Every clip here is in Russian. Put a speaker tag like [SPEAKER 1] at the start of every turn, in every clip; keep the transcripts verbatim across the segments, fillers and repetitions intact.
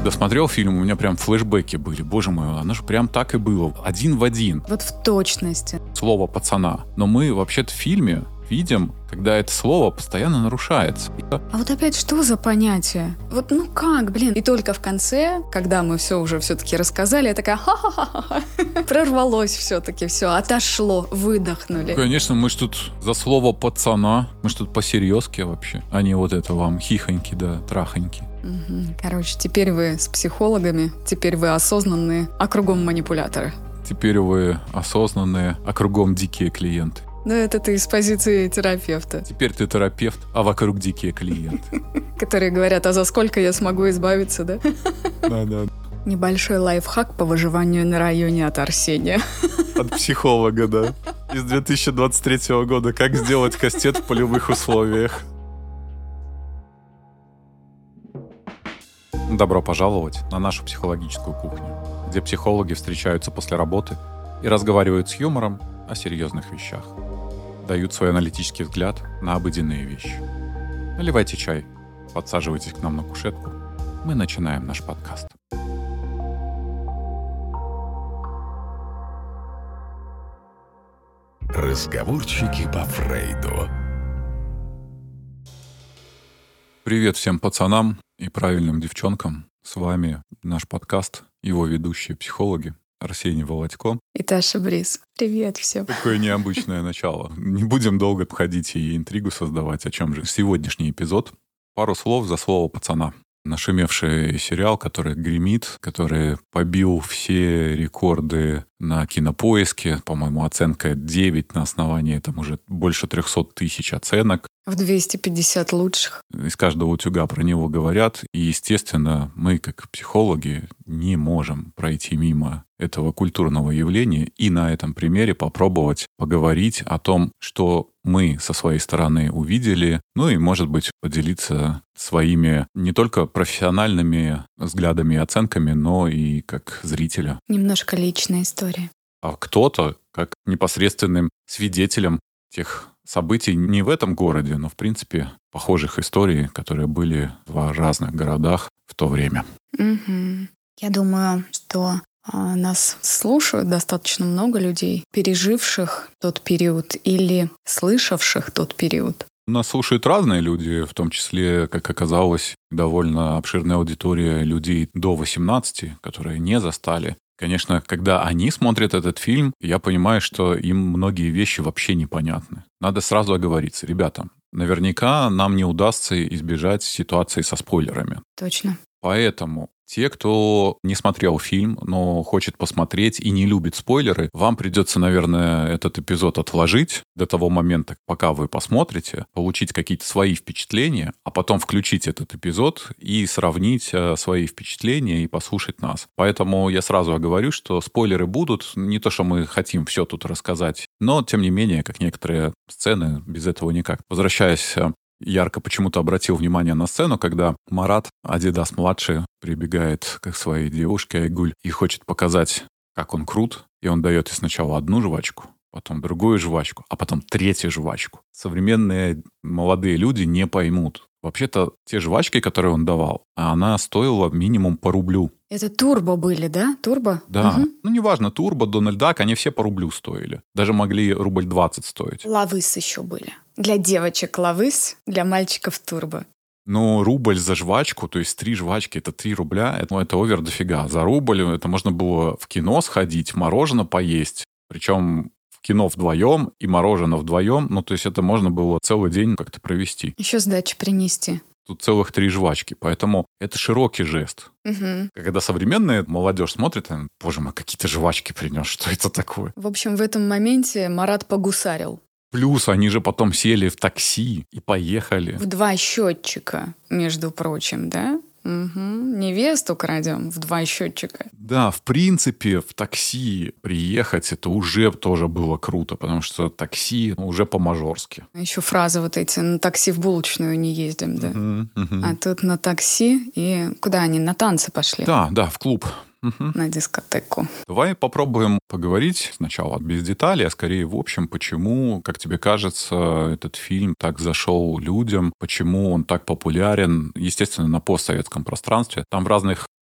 [SPEAKER 1] Досмотрел фильм, у меня прям флешбеки были. Боже мой, оно же прям так и было. Один в один.
[SPEAKER 2] Вот в точности.
[SPEAKER 1] Слово пацана. Но мы вообще-то в фильме видим, когда это слово постоянно нарушается.
[SPEAKER 2] А вот опять что за понятие? Вот ну как, блин? И только в конце, когда мы все уже все-таки рассказали, я такая ха-ха-ха-ха. Прорвалось все-таки, все, отошло, выдохнули.
[SPEAKER 1] Конечно, мы ж тут за слово пацана, мы ж тут по-серьезки вообще, а не вот это вам хихоньки да трахоньки.
[SPEAKER 2] Угу. Короче, теперь вы с психологами, теперь вы осознанные, а кругом манипуляторы.
[SPEAKER 1] Теперь вы осознанные, а кругом дикие клиенты.
[SPEAKER 2] Ну, это ты из позиции терапевта.
[SPEAKER 1] Теперь ты терапевт, а вокруг дикие клиенты.
[SPEAKER 2] Которые говорят, а за сколько я смогу избавиться, да?
[SPEAKER 1] Да-да.
[SPEAKER 2] Небольшой лайфхак по выживанию на районе от Арсения.
[SPEAKER 1] От психолога, да. Из две тысячи двадцать третьего года. Как сделать кастет в полевых условиях. Добро пожаловать на нашу психологическую кухню, где психологи встречаются после работы и разговаривают с юмором о серьезных вещах. Дают свой аналитический взгляд на обыденные вещи. Наливайте чай, подсаживайтесь к нам на кушетку. Мы начинаем наш подкаст.
[SPEAKER 3] Разговорчики по Фрейду.
[SPEAKER 1] Привет всем пацанам и правильным девчонкам. С вами наш подкаст, его ведущие психологи Арсений Володько
[SPEAKER 2] и Таша Бриз. Привет всем.
[SPEAKER 1] Такое необычное начало. Не будем долго обходить и интригу создавать. О чем же сегодняшний эпизод? Пару слов за слово пацана. Нашумевший сериал, который гремит, который побил все рекорды на Кинопоиске. По-моему, оценка девять на основании там уже больше триста тысяч оценок.
[SPEAKER 2] В двести пятьдесят лучших.
[SPEAKER 1] Из каждого утюга про него говорят. И, естественно, мы, как психологи, не можем пройти мимо этого культурного явления и на этом примере попробовать поговорить о том, что мы со своей стороны увидели, ну и, может быть, поделиться своими не только профессиональными взглядами и оценками, но и как зрителя.
[SPEAKER 2] Немножко личная история.
[SPEAKER 1] А кто-то, как непосредственным свидетелем тех событий не в этом городе, но, в принципе, похожих историй, которые были в разных городах в то время.
[SPEAKER 2] Угу. Я думаю, что а, нас слушают достаточно много людей, переживших тот период или слышавших тот период.
[SPEAKER 1] Нас слушают разные люди, в том числе, как оказалось, довольно обширная аудитория людей до восемнадцати, которые не застали. Конечно, когда они смотрят этот фильм, я понимаю, что им многие вещи вообще непонятны. Надо сразу оговориться. Ребята, наверняка нам не удастся избежать ситуации со спойлерами.
[SPEAKER 2] Точно.
[SPEAKER 1] Поэтому те, кто не смотрел фильм, но хочет посмотреть и не любит спойлеры, вам придется, наверное, этот эпизод отложить до того момента, пока вы посмотрите, получить какие-то свои впечатления, а потом включить этот эпизод и сравнить свои впечатления и послушать нас. Поэтому я сразу оговорю, что спойлеры будут. Не то, что мы хотим все тут рассказать, но, тем не менее, как некоторые сцены, без этого никак. Возвращаясь... Ярко почему-то обратил внимание на сцену, когда Марат, Адидас-младший, прибегает к своей девушке Айгуль и хочет показать, как он крут, и он дает ей сначала одну жвачку, потом другую жвачку, а потом третью жвачку. Современные молодые люди не поймут. Вообще-то те жвачки, которые он давал, она стоила минимум по рублю.
[SPEAKER 2] Это турбо были, да? Турбо?
[SPEAKER 1] Да.
[SPEAKER 2] Угу.
[SPEAKER 1] Ну, неважно, турбо, Дональд Дак, они все по рублю стоили. Даже могли рубль двадцать стоить.
[SPEAKER 2] Лавыс еще были. Для девочек лавыс, для мальчиков турбо.
[SPEAKER 1] Ну, рубль за жвачку, то есть три жвачки, это три рубля, это, ну, это овер дофига. За рубль это можно было в кино сходить, мороженое поесть, причем в кино вдвоем и мороженое вдвоем, ну, то есть это можно было целый день как-то провести.
[SPEAKER 2] Еще сдачи принести.
[SPEAKER 1] Тут целых три жвачки, поэтому это широкий жест.
[SPEAKER 2] Угу.
[SPEAKER 1] Когда современная молодежь смотрит, она, боже мой, какие-то жвачки принес, что это такое?
[SPEAKER 2] В общем, в этом моменте Марат погусарил.
[SPEAKER 1] Плюс они же потом сели в такси и поехали.
[SPEAKER 2] В два счетчика, между прочим, да? Угу. Невесту крадем в два счетчика.
[SPEAKER 1] Да, в принципе, в такси приехать, это уже тоже было круто, потому что такси уже по-мажорски.
[SPEAKER 2] Еще фразы вот эти: на такси в булочную не ездим, да?
[SPEAKER 1] Uh-huh, uh-huh.
[SPEAKER 2] А тут на такси и куда они? На танцы пошли?
[SPEAKER 1] Да, да, в клуб. Uh-huh.
[SPEAKER 2] На дискотеку.
[SPEAKER 1] Давай попробуем поговорить сначала без деталей, а скорее в общем, почему, как тебе кажется, этот фильм так зашел людям, почему он так популярен, естественно, на постсоветском пространстве. Там в разных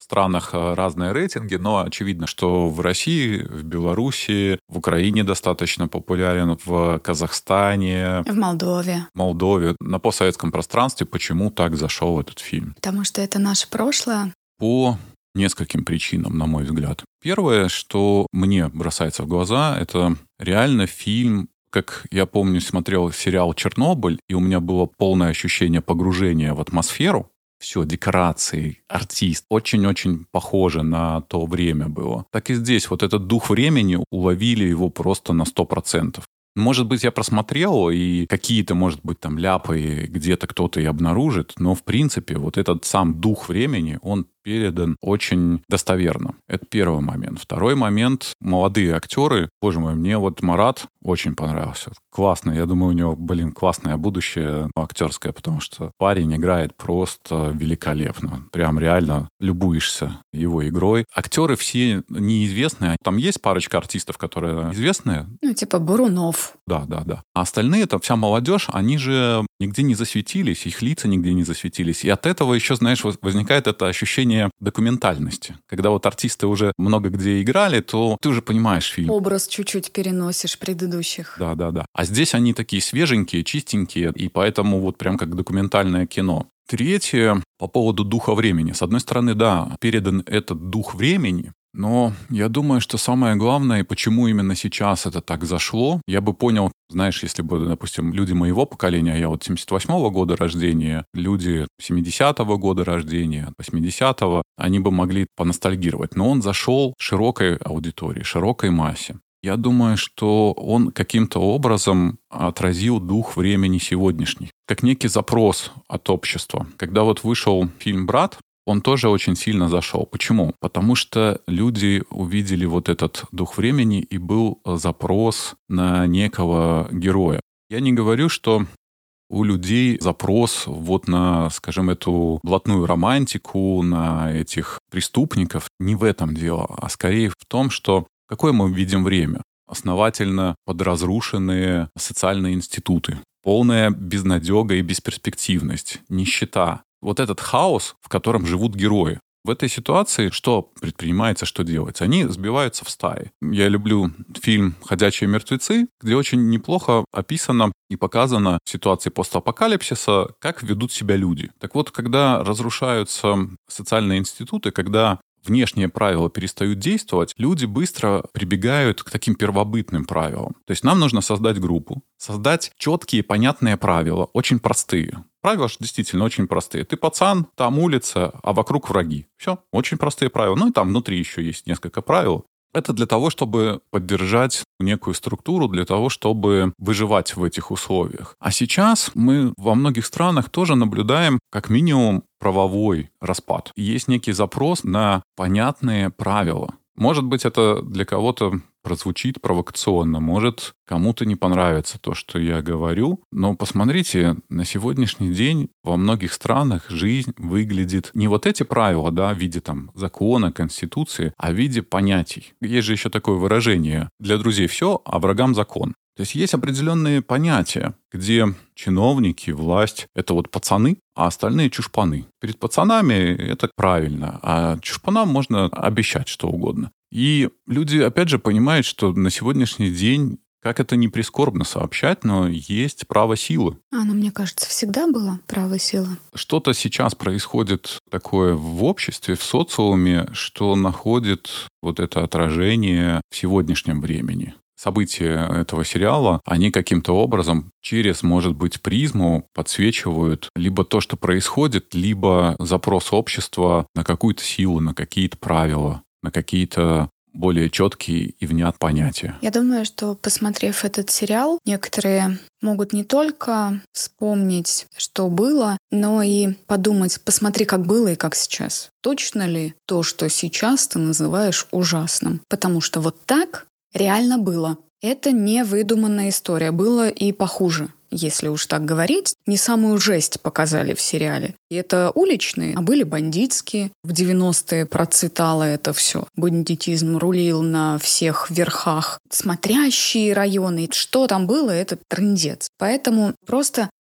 [SPEAKER 1] странах разные рейтинги, но очевидно, что в России, в Беларуси, в Украине достаточно популярен, в Казахстане,
[SPEAKER 2] В Молдове.
[SPEAKER 1] в Молдове. На постсоветском пространстве почему так зашел этот фильм?
[SPEAKER 2] Потому что это наше прошлое.
[SPEAKER 1] По нескольким причинам, на мой взгляд. Первое, что мне бросается в глаза, это реально фильм. Как я помню, смотрел сериал «Чернобыль», и у меня было полное ощущение погружения в атмосферу. Все, декорации, артист. Очень-очень похоже на то время было. Так и здесь вот этот дух времени, уловили его просто на сто процентов. Может быть, я просмотрел, и какие-то, может быть, там ляпы где-то кто-то и обнаружит, но, в принципе, вот этот сам дух времени, он передан очень достоверно. Это первый момент. Второй момент. Молодые актеры. Боже мой, мне вот Марат очень понравился. Классно. Я думаю, у него, блин, классное будущее актерское, потому что парень играет просто великолепно. Прям реально любуешься его игрой. Актеры все неизвестные. Там есть парочка артистов, которые известные.
[SPEAKER 2] Ну, типа Бурунов.
[SPEAKER 1] Да, да, да. А остальные, это вся молодежь, они же нигде не засветились, их лица нигде не засветились. И от этого еще, знаешь, возникает это ощущение документальности. Когда вот артисты уже много где играли, то ты уже понимаешь фильм.
[SPEAKER 2] Образ чуть-чуть переносишь предыдущих.
[SPEAKER 1] Да, да, да. А здесь они такие свеженькие, чистенькие, и поэтому вот прям как документальное кино. Третье, по поводу духа времени. С одной стороны, да, передан этот дух времени, но я думаю, что самое главное, почему именно сейчас это так зашло, я бы понял, знаешь, если бы, допустим, люди моего поколения, я вот семьдесят восьмого года рождения, люди семидесятого года рождения, восьмидесятого, они бы могли поностальгировать. Но он зашел широкой аудитории, широкой массе. Я думаю, что он каким-то образом отразил дух времени сегодняшний, как некий запрос от общества. Когда вот вышел фильм «Брат», он тоже очень сильно зашел. Почему? Потому что люди увидели вот этот дух времени, и был запрос на некого героя. Я не говорю, что у людей запрос вот на, скажем, эту блатную романтику, на этих преступников. Не в этом дело, а скорее в том, что какое мы видим время. Основательно подразрушенные социальные институты, полная безнадега и бесперспективность, нищета. Вот этот хаос, в котором живут герои. В этой ситуации что предпринимается, что делается? Они сбиваются в стаи. Я люблю фильм «Ходячие мертвецы», где очень неплохо описано и показано в ситуации постапокалипсиса, как ведут себя люди. Так вот, когда разрушаются социальные институты, когда внешние правила перестают действовать, люди быстро прибегают к таким первобытным правилам. То есть нам нужно создать группу, создать четкие, понятные правила, очень простые. Правила же действительно очень простые. Ты пацан, там улица, а вокруг враги. Все, очень простые правила. Ну и там внутри еще есть несколько правил. Это для того, чтобы поддержать некую структуру, для того, чтобы выживать в этих условиях. А сейчас мы во многих странах тоже наблюдаем как минимум правовой распад. Есть некий запрос на понятные правила. Может быть, это для кого-то прозвучит провокационно, может, кому-то не понравится то, что я говорю, но посмотрите, на сегодняшний день во многих странах жизнь выглядит не вот эти правила, да, в виде там закона, конституции, а в виде понятий. Есть же еще такое выражение: для друзей все, а врагам закон. То есть есть определенные понятия, где чиновники, власть — это вот пацаны, а остальные — чушпаны. Перед пацанами это правильно, а чушпанам можно обещать что угодно. И люди, опять же, понимают, что на сегодняшний день, как это ни прискорбно сообщать, но есть право силы.
[SPEAKER 2] А, ну, мне кажется, всегда было право силы.
[SPEAKER 1] Что-то сейчас происходит такое в обществе, в социуме, что находит вот это отражение в сегодняшнем времени. События этого сериала, они каким-то образом через, может быть, призму подсвечивают либо то, что происходит, либо запрос общества на какую-то силу, на какие-то правила, на какие-то более четкие и внятные понятия.
[SPEAKER 2] Я думаю, что, посмотрев этот сериал, некоторые могут не только вспомнить, что было, но и подумать: посмотри, как было и как сейчас. Точно ли то, что сейчас ты называешь ужасным? Потому что вот так реально было. Это не выдуманная история. Было и похуже, если уж так говорить. Не самую жесть показали в сериале. И это уличные, а были бандитские. В девяностые процветало это все. Бандитизм рулил на всех верхах. Смотрящие районы. Что там было, это трындец. Поэтому просто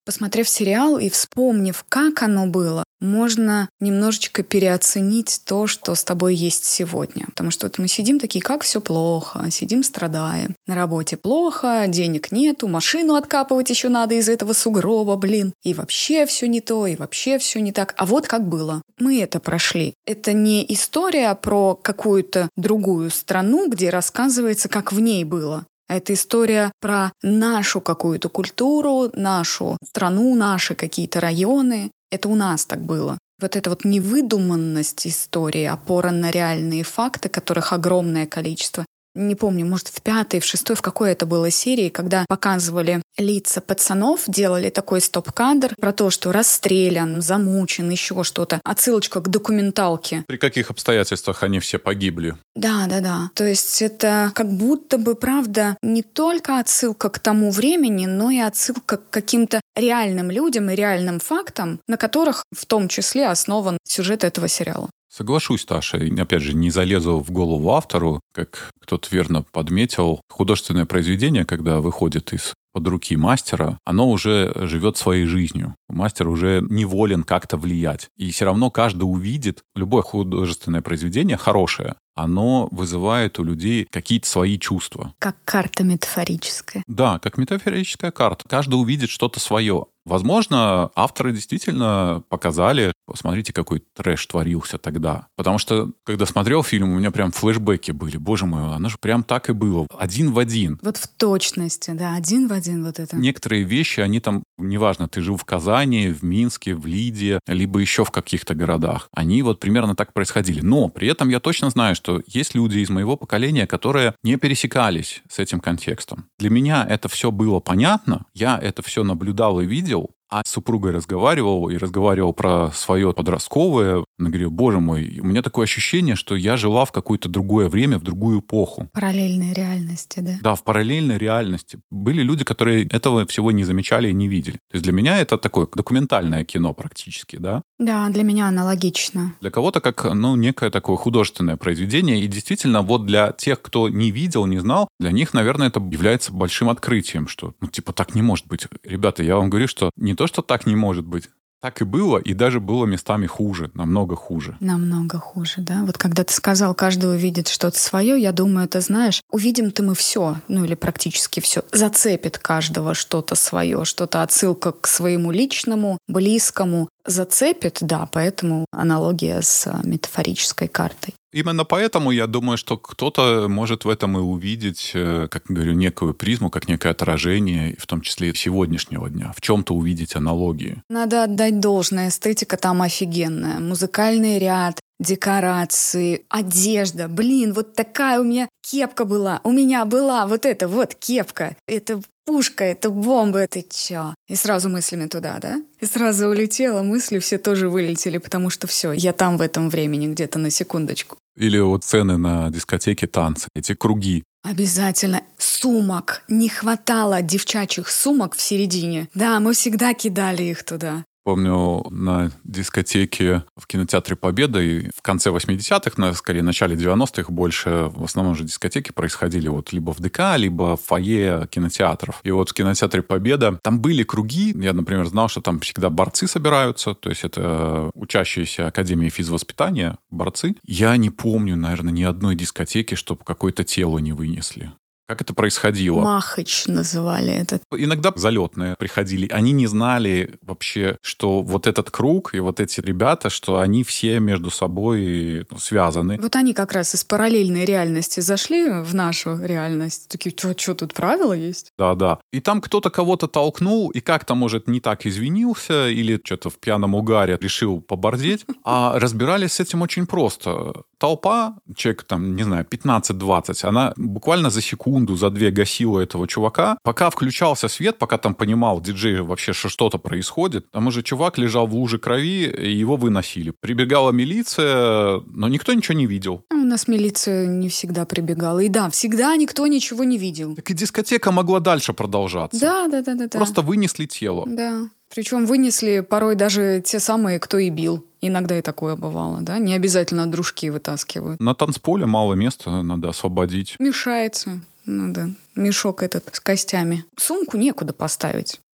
[SPEAKER 2] Посмотрев сериал и вспомнив, как оно было, можно немножечко переоценить то, что с тобой есть сегодня. Потому что вот мы сидим такие, как все плохо, сидим, страдаем. На работе плохо, денег нету, машину откапывать еще надо из этого сугроба, блин. И вообще все не то, и вообще все не так. А вот как было. Мы это прошли. Это не история про какую-то другую страну, где рассказывается, как в ней было. А это история про нашу какую-то культуру, нашу страну, наши какие-то районы. Это у нас так было. Вот эта вот невыдуманность истории, опора на реальные факты, которых огромное количество. Не помню, может, в пятой, в шестой, в какой это было серии, когда показывали лица пацанов, делали такой стоп-кадр про то, что расстрелян, замучен, еще что-то. Отсылочка к документалке.
[SPEAKER 1] При каких обстоятельствах они все погибли?
[SPEAKER 2] Да, да, да. То есть это как будто бы, правда, не только отсылка к тому времени, но и отсылка к каким-то реальным людям и реальным фактам, на которых в том числе основан сюжет этого сериала.
[SPEAKER 1] Соглашусь, Таша. И, опять же, не залезу в голову автору, как кто-то верно подметил. Художественное произведение, когда выходит из под руки мастера, оно уже живет своей жизнью. Мастер уже не волен как-то влиять. И все равно каждый увидит, любое художественное произведение, хорошее, оно вызывает у людей какие-то свои чувства.
[SPEAKER 2] Как карта метафорическая.
[SPEAKER 1] Да, как метафорическая карта. Каждый увидит что-то свое. Возможно, авторы действительно показали, посмотрите, какой трэш творился тогда. Потому что, когда смотрел фильм, у меня прям флешбеки были. Боже мой, оно же прям так и было. Один в один.
[SPEAKER 2] Вот в точности, да, один в один вот это.
[SPEAKER 1] Некоторые вещи, они там, неважно, ты жил в Казани, в Минске, в Лиде, либо еще в каких-то городах. Они вот примерно так происходили. Но при этом я точно знаю, что есть люди из моего поколения, которые не пересекались с этим контекстом. Для меня это все было понятно, я это все наблюдал и видел, а с супругой разговаривал и разговаривал про свое подростковое. Она говорила, боже мой, у меня такое ощущение, что я жила в какое-то другое время, в другую эпоху.
[SPEAKER 2] Параллельной реальности, да?
[SPEAKER 1] Да, в параллельной реальности. Были люди, которые этого всего не замечали и не видели. То есть для меня это такое документальное кино практически, да?
[SPEAKER 2] Да, для меня аналогично.
[SPEAKER 1] Для кого-то как, ну, некое такое художественное произведение. И действительно, вот для тех, кто не видел, не знал, для них, наверное, это является большим открытием, что, ну, типа, так не может быть. Ребята, я вам говорю, что не то, что так не может быть, так и было, и даже было местами хуже, намного хуже.
[SPEAKER 2] Намного хуже, да. Вот когда ты сказал, каждый увидит что-то свое, я думаю, это, знаешь, увидим-то мы все, ну или практически все. Зацепит каждого что-то свое, что-то отсылка к своему личному, близкому. Зацепит, да, поэтому аналогия с метафорической картой.
[SPEAKER 1] Именно поэтому я думаю, что кто-то может в этом и увидеть, как говорю, некую призму, как некое отражение, в том числе и сегодняшнего дня, в чем-то увидеть аналогии.
[SPEAKER 2] Надо отдать должное, эстетика там офигенная. Музыкальный ряд, декорации, одежда. Блин, вот такая у меня кепка была. У меня была вот эта вот кепка. Это пушка, это бомба, это чё? И сразу мыслями туда, да? И сразу улетела, мысли все тоже вылетели, потому что все, я там в этом времени где-то на секундочку.
[SPEAKER 1] Или вот сцены на дискотеке, танцы, эти круги.
[SPEAKER 2] Обязательно. Сумок. Не хватало девчачьих сумок в середине. Да, мы всегда кидали их туда.
[SPEAKER 1] Помню, на дискотеке в кинотеатре «Победа» и в конце восьмидесятых, на, скорее, начале девяностых больше, в основном же дискотеки происходили вот либо в ДК, либо в фойе кинотеатров. И вот в кинотеатре «Победа» там были круги. Я, например, знал, что там всегда борцы собираются, то есть это учащиеся Академии физвоспитания, борцы. Я не помню, наверное, ни одной дискотеки, чтобы какое-то тело не вынесли. Как это происходило?
[SPEAKER 2] Махач называли это.
[SPEAKER 1] Иногда залетные приходили. Они не знали вообще, что вот этот круг и вот эти ребята, что они все между собой связаны.
[SPEAKER 2] Вот они как раз из параллельной реальности зашли в нашу реальность. Такие, что тут правила есть?
[SPEAKER 1] Да-да. И там кто-то кого-то толкнул, и как-то, может, не так извинился, или что-то в пьяном угаре решил поборзеть. А разбирались с этим очень просто. Толпа, человек там, не знаю, пятнадцать-двадцать, она буквально за секунду, за две гасила этого чувака. Пока включался свет, пока там понимал диджей вообще, что что-то происходит, там уже чувак лежал в луже крови, и его выносили. Прибегала милиция, но никто ничего не видел.
[SPEAKER 2] У нас милиция не всегда прибегала. И да, всегда никто ничего не видел.
[SPEAKER 1] Так и дискотека могла дальше продолжаться.
[SPEAKER 2] Да, да, да, да.
[SPEAKER 1] Просто вынесли тело.
[SPEAKER 2] Да. Причем вынесли порой даже те самые, кто и бил. Иногда и такое бывало, да? Не обязательно дружки вытаскивают.
[SPEAKER 1] На танцполе мало места, надо освободить.
[SPEAKER 2] Мешается. Ну да, мешок этот с костями. Сумку некуда поставить.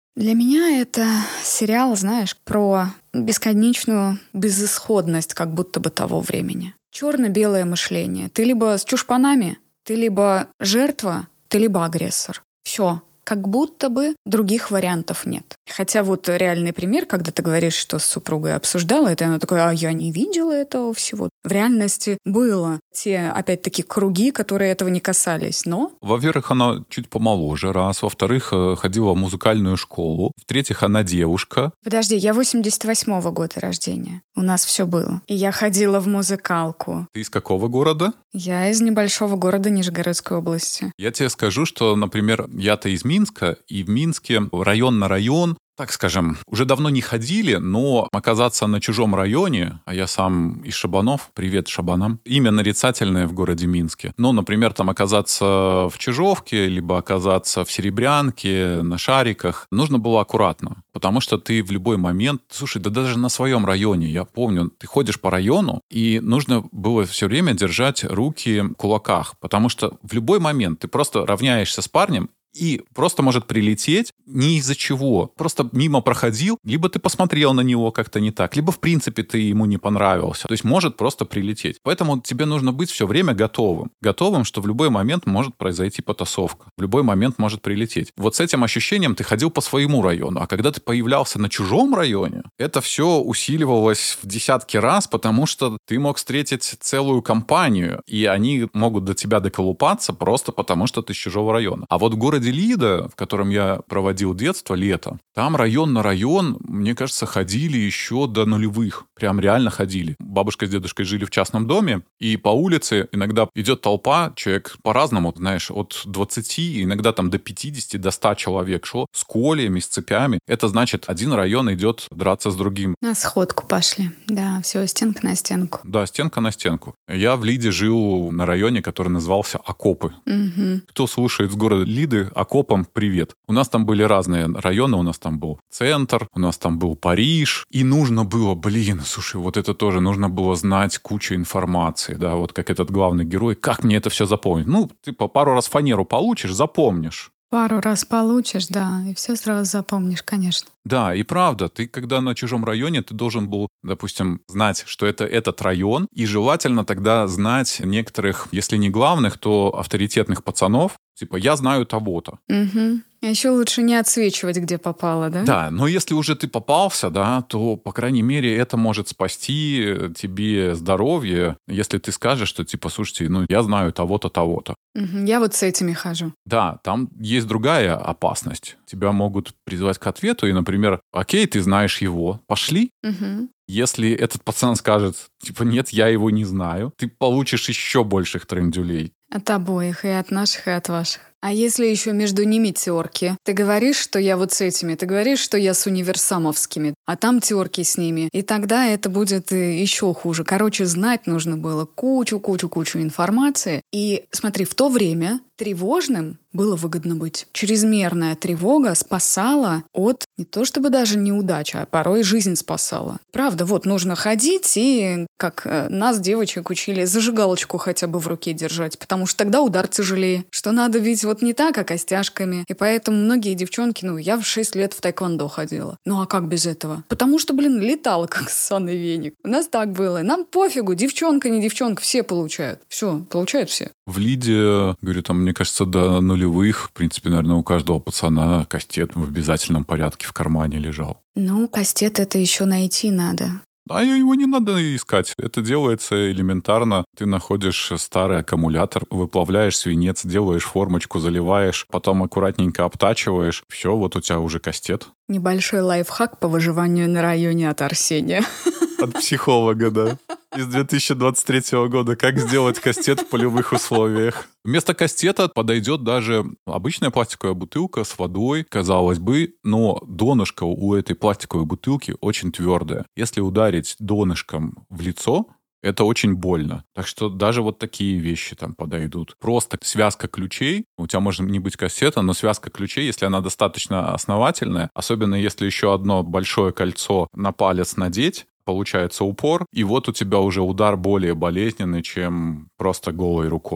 [SPEAKER 2] Для меня это сериал, знаешь, про бесконечную безысходность как будто бы того времени. Черно-белое мышление. Ты либо с чушпанами, ты либо жертва, ты либо агрессор. Все. Как будто бы других вариантов нет. Хотя вот реальный пример, когда ты говоришь, что с супругой обсуждала это, и она такая, а я не видела этого всего. В реальности было те, опять-таки, круги, которые этого не касались, но...
[SPEAKER 1] Во-первых, она чуть помоложе, раз. Во-вторых, ходила в музыкальную школу. В-третьих, она девушка.
[SPEAKER 2] Подожди, я восемьдесят восьмого года рождения. У нас все было. И я ходила в музыкалку.
[SPEAKER 1] Ты из какого города?
[SPEAKER 2] Я из небольшого города Нижегородской области.
[SPEAKER 1] Я тебе скажу, что, например, я-то из Минска, и в Минске район на район, так скажем, уже давно не ходили, но оказаться на чужом районе, а я сам из Шабанов, привет Шабанам, имя нарицательное в городе Минске. Ну, например, там оказаться в Чижовке, либо оказаться в Серебрянке, на Шариках, нужно было аккуратно, потому что ты в любой момент, слушай, да даже на своем районе, я помню, ты ходишь по району, и нужно было все время держать руки в кулаках, потому что в любой момент ты просто равняешься с парнем, и просто может прилететь не из-за чего. Просто мимо проходил, либо ты посмотрел на него как-то не так, либо, в принципе, ты ему не понравился. То есть может просто прилететь. Поэтому тебе нужно быть все время готовым. Готовым, что в любой момент может произойти потасовка. В любой момент может прилететь. Вот с этим ощущением ты ходил по своему району. А когда ты появлялся на чужом районе, это все усиливалось в десятки раз, потому что ты мог встретить целую компанию, и они могут до тебя доколупаться просто потому, что ты с чужого района. А вот в городе Лида, в котором я проводил детство, лето, там район на район, мне кажется, ходили еще до нулевых. Прям реально ходили. Бабушка с дедушкой жили в частном доме, и по улице иногда идет толпа, человек по-разному, знаешь, от двадцати, иногда там до пятидесяти, до ста человек шло, с кольями, с цепями. Это значит, один район идет драться с другим.
[SPEAKER 2] На сходку пошли. Да, все, стенка на стенку.
[SPEAKER 1] Да, стенка на стенку. Я в Лиде жил на районе, который назывался Окопы.
[SPEAKER 2] Угу.
[SPEAKER 1] Кто слушает с города Лиды, Окопам привет. У нас там были разные районы, у нас там был центр, у нас там был Париж, и нужно было, блин, слушай, вот это тоже, нужно было знать кучу информации, да, вот как этот главный герой, как мне это все запомнить? Ну, ты по пару раз фанеру получишь, запомнишь.
[SPEAKER 2] Пару раз получишь, да, и все сразу запомнишь, конечно.
[SPEAKER 1] Да, и правда, ты когда на чужом районе, ты должен был, допустим, знать, что это этот район, и желательно тогда знать некоторых, если не главных, то авторитетных пацанов, типа «я знаю того-то».
[SPEAKER 2] Угу. А еще лучше не отсвечивать, где попало, да?
[SPEAKER 1] Да, но если уже ты попался, да, то, по крайней мере, это может спасти тебе здоровье, если ты скажешь, что, типа, слушайте, ну, я знаю того-то, того-то.
[SPEAKER 2] Угу. Я вот с этими хожу.
[SPEAKER 1] Да, там есть другая опасность. Тебя могут призвать к ответу, и, например, окей, ты знаешь его, пошли.
[SPEAKER 2] Угу.
[SPEAKER 1] Если этот пацан скажет, типа, нет, я его не знаю, ты получишь еще больших трындюлей.
[SPEAKER 2] От обоих, и от наших, и от ваших. А если еще между ними терки? Ты говоришь, что я вот с этими, ты говоришь, что я с универсамовскими, а там терки с ними. И тогда это будет еще хуже. Короче, знать нужно было кучу-кучу-кучу информации. И смотри, в то время тревожным было выгодно быть. Чрезмерная тревога спасала от не то чтобы даже неудачи, а порой жизнь спасала. Правда, вот нужно ходить и, как нас, девочек, учили, зажигалочку хотя бы в руке держать, потому что тогда удар тяжелее. Что надо ведь вот не так, а костяшками. И поэтому многие девчонки, ну, я в шесть лет в тайквондо ходила. Ну, а как без этого? Потому что, блин, летала как ссаный веник. У нас так было. Нам пофигу, девчонка, не девчонка, все получают. Все, получают все.
[SPEAKER 1] В Лиде, говорю, там, мне кажется, до нулевых, в принципе, наверное, у каждого пацана кастет в обязательном порядке в кармане лежал.
[SPEAKER 2] Ну, кастет это еще найти надо.
[SPEAKER 1] А его не надо искать. Это делается элементарно. Ты находишь старый аккумулятор, выплавляешь свинец, делаешь формочку, заливаешь, потом аккуратненько обтачиваешь. Все, вот у тебя уже кастет.
[SPEAKER 2] Небольшой лайфхак по выживанию на районе от Арсения.
[SPEAKER 1] От психолога, да. Из две тысячи двадцать третьего года. Как сделать кастет в полевых условиях. Вместо кастета подойдет даже обычная пластиковая бутылка с водой, казалось бы, но донышко у этой пластиковой бутылки очень твердое. Если ударить донышком в лицо, это очень больно. Так что даже вот такие вещи там подойдут. Просто связка ключей. У тебя может не быть кассета, но связка ключей, если она достаточно основательная, особенно если еще одно большое кольцо на палец надеть, получается упор, и вот у тебя уже удар более болезненный, чем просто голой рукой.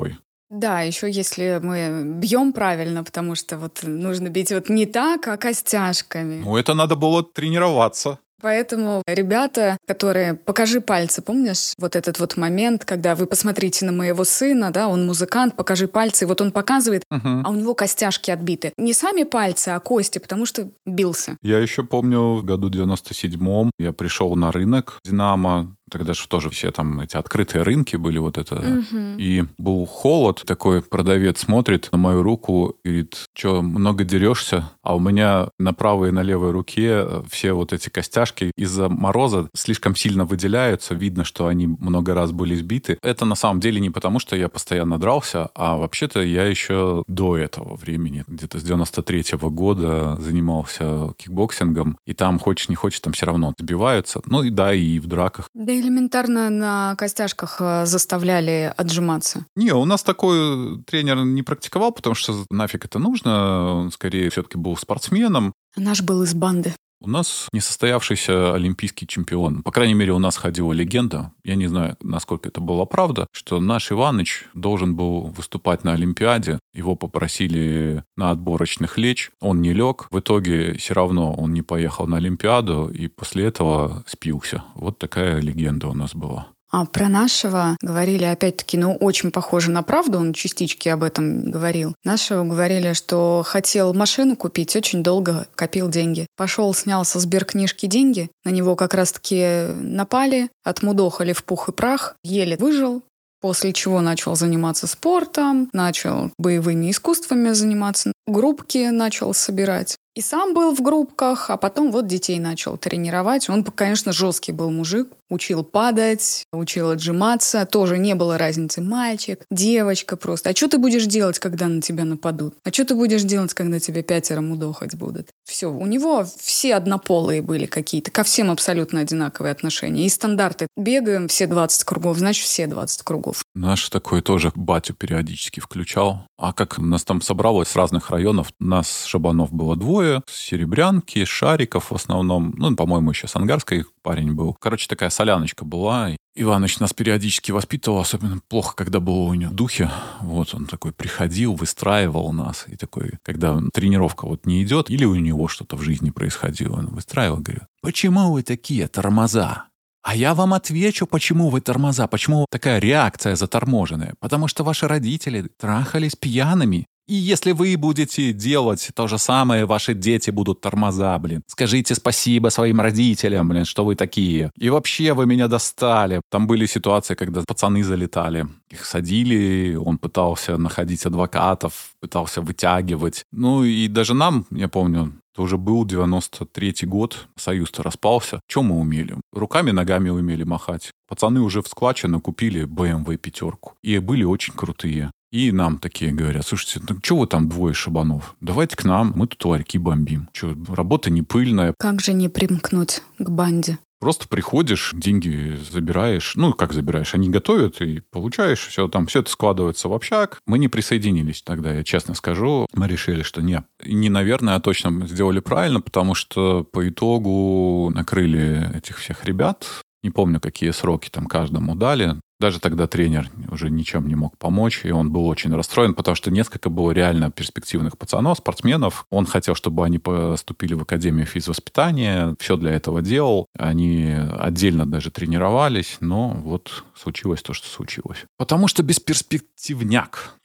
[SPEAKER 2] Да, еще если мы бьем правильно, потому что вот нужно бить вот не так, а костяшками.
[SPEAKER 1] Ну, это надо было тренироваться.
[SPEAKER 2] Поэтому ребята, которые «покажи пальцы», помнишь вот этот вот момент, когда вы посмотрите на моего сына, да, он музыкант, покажи пальцы, вот он показывает,
[SPEAKER 1] угу.
[SPEAKER 2] а у него костяшки отбиты. Не сами пальцы, а кости, потому что бился.
[SPEAKER 1] Я еще помню, в году девяносто седьмом я пришел на рынок «Динамо». Тогда же тоже все там эти открытые рынки были, вот это.
[SPEAKER 2] Угу.
[SPEAKER 1] И был холод, такой продавец смотрит на мою руку и говорит, что, много дерешься? А у меня на правой и на левой руке все вот эти костяшки из-за мороза слишком сильно выделяются. Видно, что они много раз были сбиты. Это на самом деле не потому, что я постоянно дрался, а вообще-то я еще до этого времени, где-то с девяносто третьего года занимался кикбоксингом. И там, хочешь не хочешь, там все равно сбиваются. Ну и да, и в драках.
[SPEAKER 2] Да элементарно на костяшках заставляли отжиматься.
[SPEAKER 1] Не, у нас такой тренер не практиковал, потому что нафиг это нужно. Он скорее все-таки был спортсменом.
[SPEAKER 2] Наш был из банды.
[SPEAKER 1] У нас несостоявшийся олимпийский чемпион. По крайней мере, у нас ходила легенда. Я не знаю, насколько это была правда, что наш Иваныч должен был выступать на Олимпиаде. Его попросили на отборочных лечь. Он не лег. В итоге все равно он не поехал на Олимпиаду и после этого спился. Вот такая легенда у нас была.
[SPEAKER 2] А про нашего говорили, опять-таки, ну, очень похоже на правду, он частички об этом говорил. Нашего говорили, что хотел машину купить, очень долго копил деньги. Пошел, снял со сберкнижки деньги, на него как раз-таки напали, отмудохали в пух и прах, еле выжил. После чего начал заниматься спортом, начал боевыми искусствами заниматься, группки начал собирать. И сам был в группках, а потом вот детей начал тренировать. Он, конечно, жесткий был мужик. Учил падать, учил отжиматься. Тоже не было разницы. Мальчик, девочка просто. А что ты будешь делать, когда на тебя нападут? А что ты будешь делать, когда тебя пятеро мудохать будут? Все. У него все однополые были какие-то. Ко всем абсолютно одинаковые отношения. И стандарты. Бегаем все двадцать кругов, значит, все двадцать кругов.
[SPEAKER 1] Наш такой тоже батю периодически включал. А как нас там собралось с разных районов, нас шабанов было двое. С Серебрянки, Шариков в основном. Ну, по-моему, еще с Ангарской парень был. Короче, такая соляночка была. Иваныч нас периодически воспитывал, особенно плохо, когда было у него в духе. Вот он такой приходил, выстраивал нас. И такой, когда тренировка вот не идет, или у него что-то в жизни происходило, он выстраивал, говорит, почему вы такие тормоза? А я вам отвечу, почему вы тормоза, почему такая реакция заторможенная. Потому что ваши родители трахались пьяными. И если вы будете делать то же самое, ваши дети будут тормоза, блин. Скажите спасибо своим родителям, блин, что вы такие. И вообще вы меня достали. Там были ситуации, когда пацаны залетали. Их садили, он пытался находить адвокатов, пытался вытягивать. Ну и даже нам, я помню, это уже был девяносто третий год, Союз-то распался. Что мы умели? Руками, ногами умели махать. Пацаны уже в складчину купили бэ эм вэ пятерку. И были очень крутые. И нам такие говорят, слушайте, ну что вы там двое шабанов? Давайте к нам, мы тут ларьки бомбим. Что, работа не пыльная.
[SPEAKER 2] Как же не примкнуть к банде?
[SPEAKER 1] Просто приходишь, деньги забираешь. Ну, как забираешь? Они готовят, и получаешь все там. Все это складывается в общак. Мы не присоединились тогда, я честно скажу. Мы решили, что нет. И не, наверное, а точно сделали правильно, потому что по итогу накрыли этих всех ребят. Не помню, какие сроки там каждому дали. Даже тогда тренер уже ничем не мог помочь, и он был очень расстроен, потому что несколько было реально перспективных пацанов, спортсменов. Он хотел, чтобы они поступили в Академию физвоспитания, все для этого делал. Они отдельно даже тренировались, но вот случилось то, что случилось. Потому что бесперспективняк.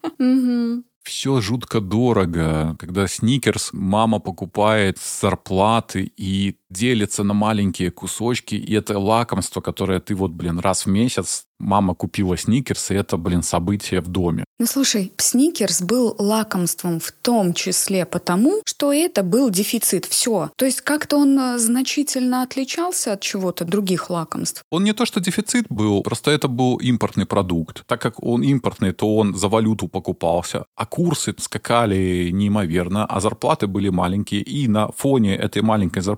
[SPEAKER 1] Все жутко дорого. Когда сникерс мама покупает с зарплаты и делится на маленькие кусочки, и это лакомство, которое ты вот, блин, раз в месяц мама купила сникерс, и это, блин, событие в доме.
[SPEAKER 2] Ну, слушай, сникерс был лакомством в том числе потому, что это был дефицит. Все. То есть как-то он значительно отличался от чего-то других лакомств.
[SPEAKER 1] Он не то, что дефицит был, просто это был импортный продукт. Так как он импортный, то он за валюту покупался, а курсы скакали неимоверно, а зарплаты были маленькие. И на фоне этой маленькой зарплаты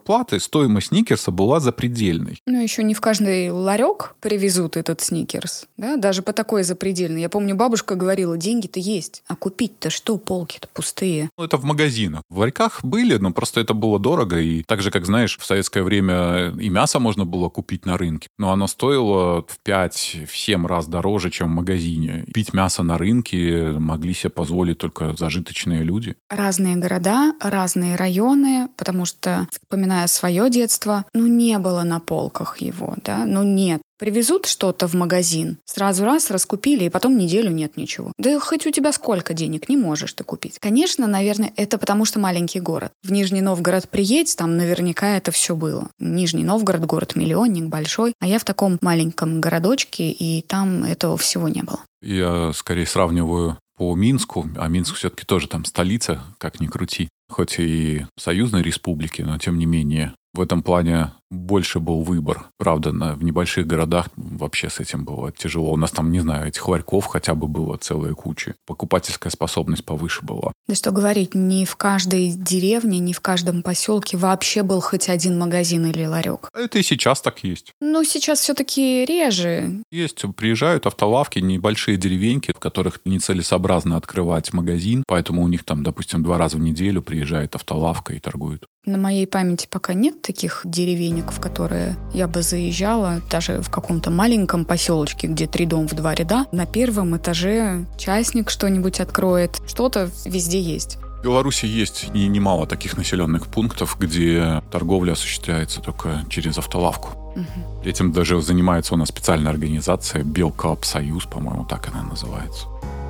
[SPEAKER 1] стоимость сникерса была запредельной.
[SPEAKER 2] Ну, еще не в каждый ларек привезут этот сникерс, да, даже по такой запредельной. Я помню, бабушка говорила, деньги-то есть, а купить-то что, полки-то пустые.
[SPEAKER 1] Ну, это в магазинах. В ларьках были, но просто это было дорого, и так же, как, знаешь, в советское время и мясо можно было купить на рынке, но оно стоило в пять-семь раз дороже, чем в магазине. Пить мясо на рынке могли себе позволить только зажиточные люди.
[SPEAKER 2] Разные города, разные районы, потому что, вспоминая свое детство, ну, не было на полках его, да, ну, нет. Привезут что-то в магазин, сразу раз раскупили, и потом неделю нет ничего. Да хоть у тебя сколько денег, не можешь ты купить. Конечно, наверное, это потому что маленький город. В Нижний Новгород приедь, там наверняка это все было. Нижний Новгород, город-миллионник, большой, а я в таком маленьком городочке, и там этого всего не было.
[SPEAKER 1] Я скорее сравниваю по Минску, а Минск все-таки тоже там столица, как ни крути. Хоть и союзной республики, но тем не менее в этом плане больше был выбор. Правда, на, в небольших городах вообще с этим было тяжело. У нас там, не знаю, этих ларьков хотя бы было целая куча. Покупательская способность повыше была.
[SPEAKER 2] Да что говорить, не в каждой деревне, не в каждом поселке вообще был хоть один магазин или ларек.
[SPEAKER 1] Это и сейчас так есть.
[SPEAKER 2] Но сейчас все-таки реже.
[SPEAKER 1] Есть. Приезжают автолавки, небольшие деревеньки, в которых нецелесообразно открывать магазин, поэтому у них там, допустим, два раза в неделю приезжает автолавка и торгуют.
[SPEAKER 2] На моей памяти пока нет таких деревенек, в которые я бы заезжала, даже в каком-то маленьком поселочке, где три дома в два ряда. На первом этаже частник что-нибудь откроет, что-то везде есть.
[SPEAKER 1] В Беларуси есть и немало таких населенных пунктов, где торговля осуществляется только через автолавку. Угу. Этим даже занимается у нас специальная организация Белкоопсоюз, по-моему, так она называется.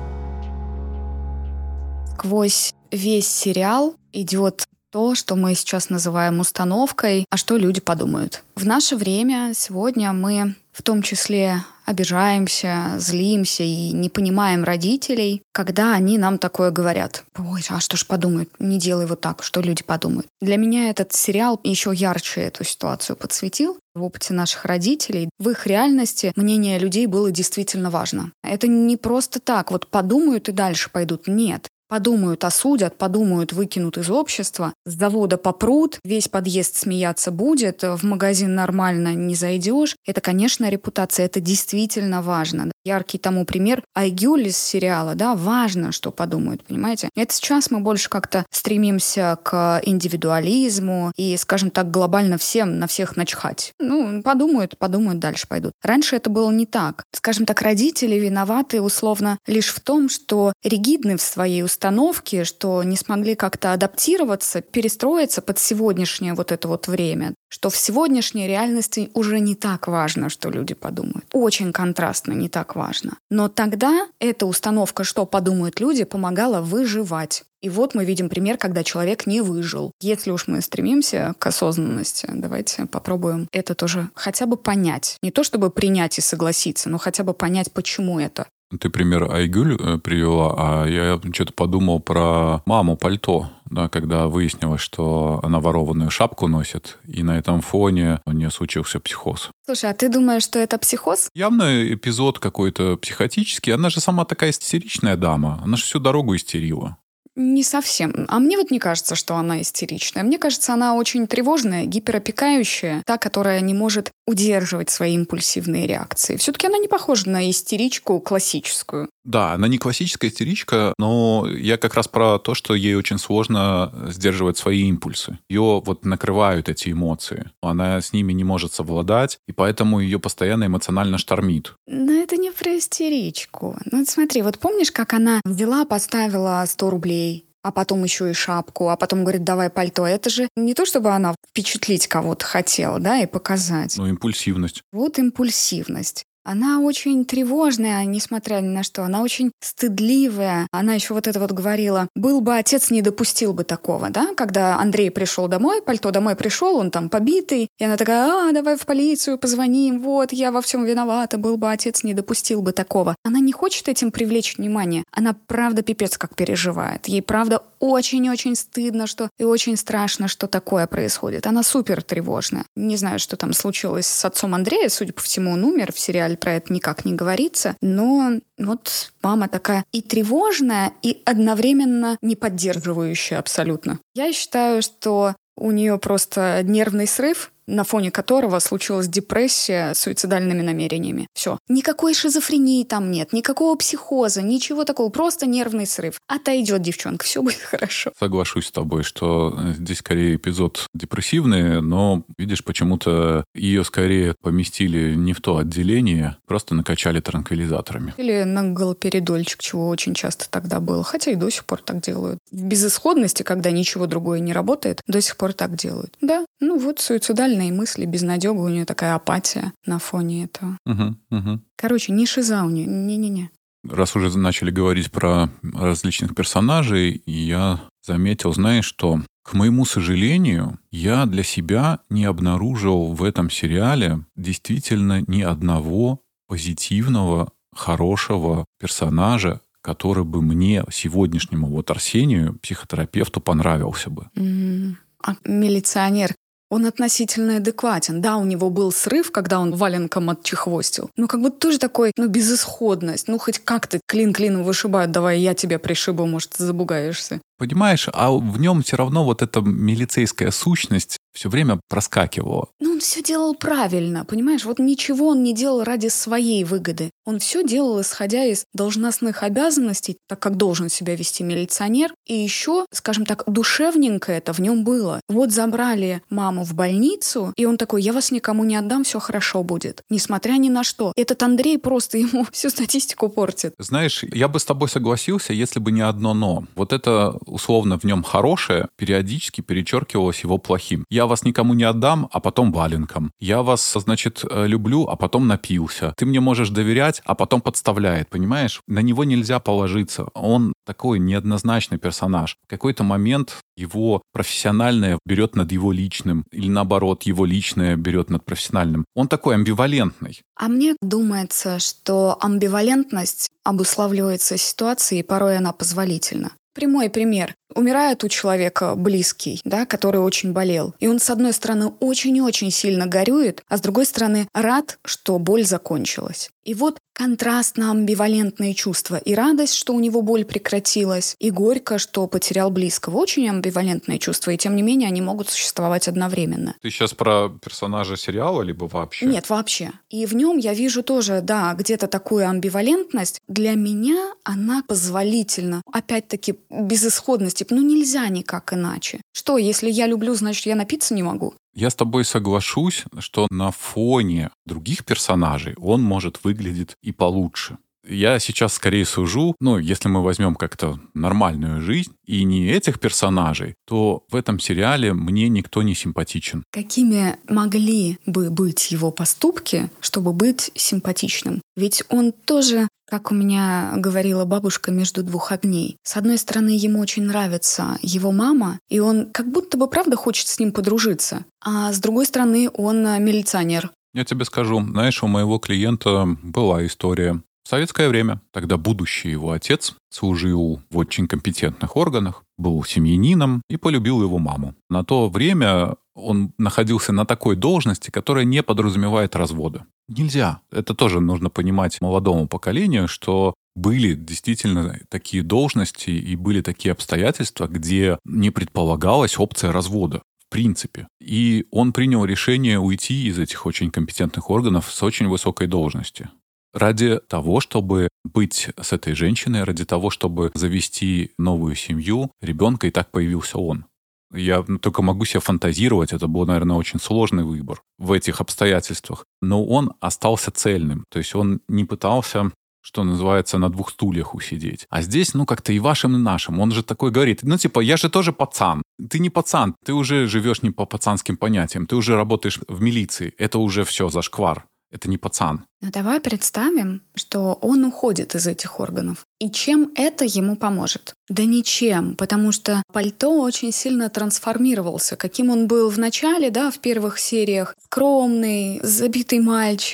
[SPEAKER 2] Сквозь весь сериал идет то, что мы сейчас называем установкой, а что люди подумают. В наше время сегодня мы в том числе обижаемся, злимся и не понимаем родителей, когда они нам такое говорят. Ой, а что ж подумают? Не делай вот так, что люди подумают. Для меня этот сериал еще ярче эту ситуацию подсветил. В опыте наших родителей, в их реальности мнение людей было действительно важно. Это не просто так, вот подумают и дальше пойдут. Нет. Подумают, осудят, подумают, выкинут из общества, с завода попрут, весь подъезд смеяться будет, в магазин нормально не зайдешь. Это, конечно, репутация, это действительно важно. Яркий тому пример Айгюль из сериала, да, важно, что подумают, понимаете? Это сейчас мы больше как-то стремимся к индивидуализму и, скажем так, глобально всем на всех начхать. Ну, подумают, подумают, дальше пойдут. Раньше это было не так. Скажем так, родители виноваты условно лишь в том, что ригидны в своей установке, что не смогли как-то адаптироваться, перестроиться под сегодняшнее вот это вот время, что в сегодняшней реальности уже не так важно, что люди подумают. Очень контрастно, не так важно. Но тогда эта установка, что подумают люди, помогала выживать. И вот мы видим пример, когда человек не выжил. Если уж мы стремимся к осознанности, давайте попробуем это тоже хотя бы понять. Не то чтобы принять и согласиться, но хотя бы понять, почему это.
[SPEAKER 1] Ты пример Айгюль привела, а я что-то подумал про маму пальто, да, когда выяснилось, что она ворованную шапку носит, и на этом фоне у нее случился психоз.
[SPEAKER 2] Слушай, а ты думаешь, что это психоз?
[SPEAKER 1] Явно эпизод какой-то психотический. Она же сама такая истеричная дама. Она же всю дорогу истерила.
[SPEAKER 2] Не совсем. А мне вот не кажется, что она истеричная. Мне кажется, она очень тревожная, гиперопекающая, та, которая не может удерживать свои импульсивные реакции. Все-таки она не похожа на истеричку классическую.
[SPEAKER 1] Да, она не классическая истеричка, но я как раз про то, что ей очень сложно сдерживать свои импульсы. Ее вот накрывают эти эмоции. Она с ними не может совладать, и поэтому ее постоянно эмоционально штормит.
[SPEAKER 2] Но это не про истеричку. Ну вот смотри, вот помнишь, как она взяла, поставила сто рублей, а потом еще и шапку, а потом говорит, давай пальто. Это же не то, чтобы она впечатлить кого-то хотела, да, и показать.
[SPEAKER 1] Ну, импульсивность.
[SPEAKER 2] Вот импульсивность. Она очень тревожная, несмотря ни на что. Она очень стыдливая. Она еще вот это вот говорила, был бы отец, не допустил бы такого, да? Когда Андрей пришел домой, пальто домой пришел, он там побитый, и она такая, а, давай в полицию позвоним, вот, я во всем виновата, был бы отец, не допустил бы такого. Она не хочет этим привлечь внимание. Она правда пипец как переживает. Ей правда очень-очень стыдно, что и очень страшно, что такое происходит. Она супер тревожная. Не знаю, что там случилось с отцом Андрея, судя по всему, он умер в сериале, про это никак не говорится, но вот мама такая и тревожная, и одновременно не поддерживающая абсолютно. Я считаю, что У нее просто нервный срыв, на фоне которого случилась депрессия с суицидальными намерениями. Все. Никакой шизофрении там нет, никакого психоза, ничего такого, просто нервный срыв. Отойдет девчонка, все будет хорошо.
[SPEAKER 1] Соглашусь с тобой, что здесь скорее эпизод депрессивный, но, видишь, почему-то ее скорее поместили не в то отделение, просто накачали транквилизаторами.
[SPEAKER 2] Или на галоперидольчик, чего очень часто тогда было. Хотя и до сих пор так делают. В безысходности, когда ничего другое не работает, до сих пор так делают. Да, ну вот суицидальные мысли, безнадега, у нее такая апатия на фоне этого.
[SPEAKER 1] Угу, угу.
[SPEAKER 2] Короче, не шиза у нее, не-не-не.
[SPEAKER 1] Раз уже начали говорить про различных персонажей, я заметил, знаешь, что, к моему сожалению, я для себя не обнаружил в этом сериале действительно ни одного позитивного, хорошего персонажа, который бы мне, сегодняшнему вот Арсению, психотерапевту, понравился бы.
[SPEAKER 2] Mm. А милиционер, он относительно адекватен. Да, у него был срыв, когда он валенком отчехвостил. Ну, как будто тоже такой, ну, безысходность. Ну, хоть как-то клин клином вышибают, давай я тебя пришибу, может, ты забугаешься.
[SPEAKER 1] Понимаешь, а в нем все равно вот эта милицейская сущность все время проскакивала.
[SPEAKER 2] Ну, он все делал правильно, понимаешь? Вот ничего он не делал ради своей выгоды. Он все делал, исходя из должностных обязанностей, так как должен себя вести милиционер. И еще, скажем так, душевненько это в нем было. Вот забрали маму в больницу, и он такой, я вас никому не отдам, все хорошо будет. Несмотря ни на что. Этот Андрей просто ему всю статистику портит.
[SPEAKER 1] Знаешь, я бы с тобой согласился, если бы не одно «но». Вот это условно в нем хорошее периодически перечеркивалось его плохим. Я вас никому не отдам, а потом валенком. Я вас, значит, люблю, а потом напился. Ты мне можешь доверять, а потом подставляет, понимаешь? На него нельзя положиться. Он такой неоднозначный персонаж. В какой-то момент его профессиональное берет над его личным, или наоборот, его личное берет над профессиональным. Он такой амбивалентный.
[SPEAKER 2] А мне думается, что амбивалентность обуславливается ситуацией, и порой она позволительна. Прямой пример. Умирает у человека близкий, да, который очень болел. И он, с одной стороны, очень-очень сильно горюет, а с другой стороны, рад, что боль закончилась. И вот контрастно-амбивалентные чувства. И радость, что у него боль прекратилась, и горько, что потерял близкого. Очень амбивалентные чувства, и тем не менее они могут существовать одновременно.
[SPEAKER 1] Ты сейчас про персонажа сериала, либо вообще?
[SPEAKER 2] Нет, вообще. И в нем я вижу тоже, да, где-то такую амбивалентность. Для меня она позволительна. Опять-таки, безысходность. Ну, нельзя никак иначе. Что, если я люблю, значит, я напиться не могу?
[SPEAKER 1] Я с тобой соглашусь, что на фоне других персонажей он может выглядеть и получше. Я сейчас скорее сужу, ну, если мы возьмем как-то нормальную жизнь и не этих персонажей, то в этом сериале мне никто не симпатичен.
[SPEAKER 2] Какими могли бы быть его поступки, чтобы быть симпатичным? Ведь он тоже, как у меня говорила бабушка, между двух огней. С одной стороны, ему очень нравится его мама, и он как будто бы правда хочет с ним подружиться. А с другой стороны, он милиционер.
[SPEAKER 1] Я тебе скажу, знаешь, у моего клиента была история. В советское время, тогда будущий его отец служил в очень компетентных органах, был семьянином и полюбил его маму. На то время он находился на такой должности, которая не подразумевает развода. Нельзя. Это тоже нужно понимать молодому поколению, что были действительно такие должности и были такие обстоятельства, где не предполагалась опция развода. В принципе. И он принял решение уйти из этих очень компетентных органов с очень высокой должности. Ради того, чтобы быть с этой женщиной, ради того, чтобы завести новую семью, ребенка, и так появился он. Я только могу себе фантазировать, это был, наверное, очень сложный выбор в этих обстоятельствах. Но он остался цельным, то есть он не пытался, что называется, на двух стульях усидеть. А здесь, ну, как-то и вашим, и нашим. Он же такой говорит, ну, типа, я же тоже пацан. Ты не пацан, ты уже живешь не по пацанским понятиям, ты уже работаешь в милиции. Это уже все зашквар. Это не пацан.
[SPEAKER 2] Ну давай представим, что он уходит из этих органов. И чем это ему поможет? Да ничем, потому что Пальто очень сильно трансформировался. Каким он был в начале, да, в первых сериях. Скромный, забитый мальчик.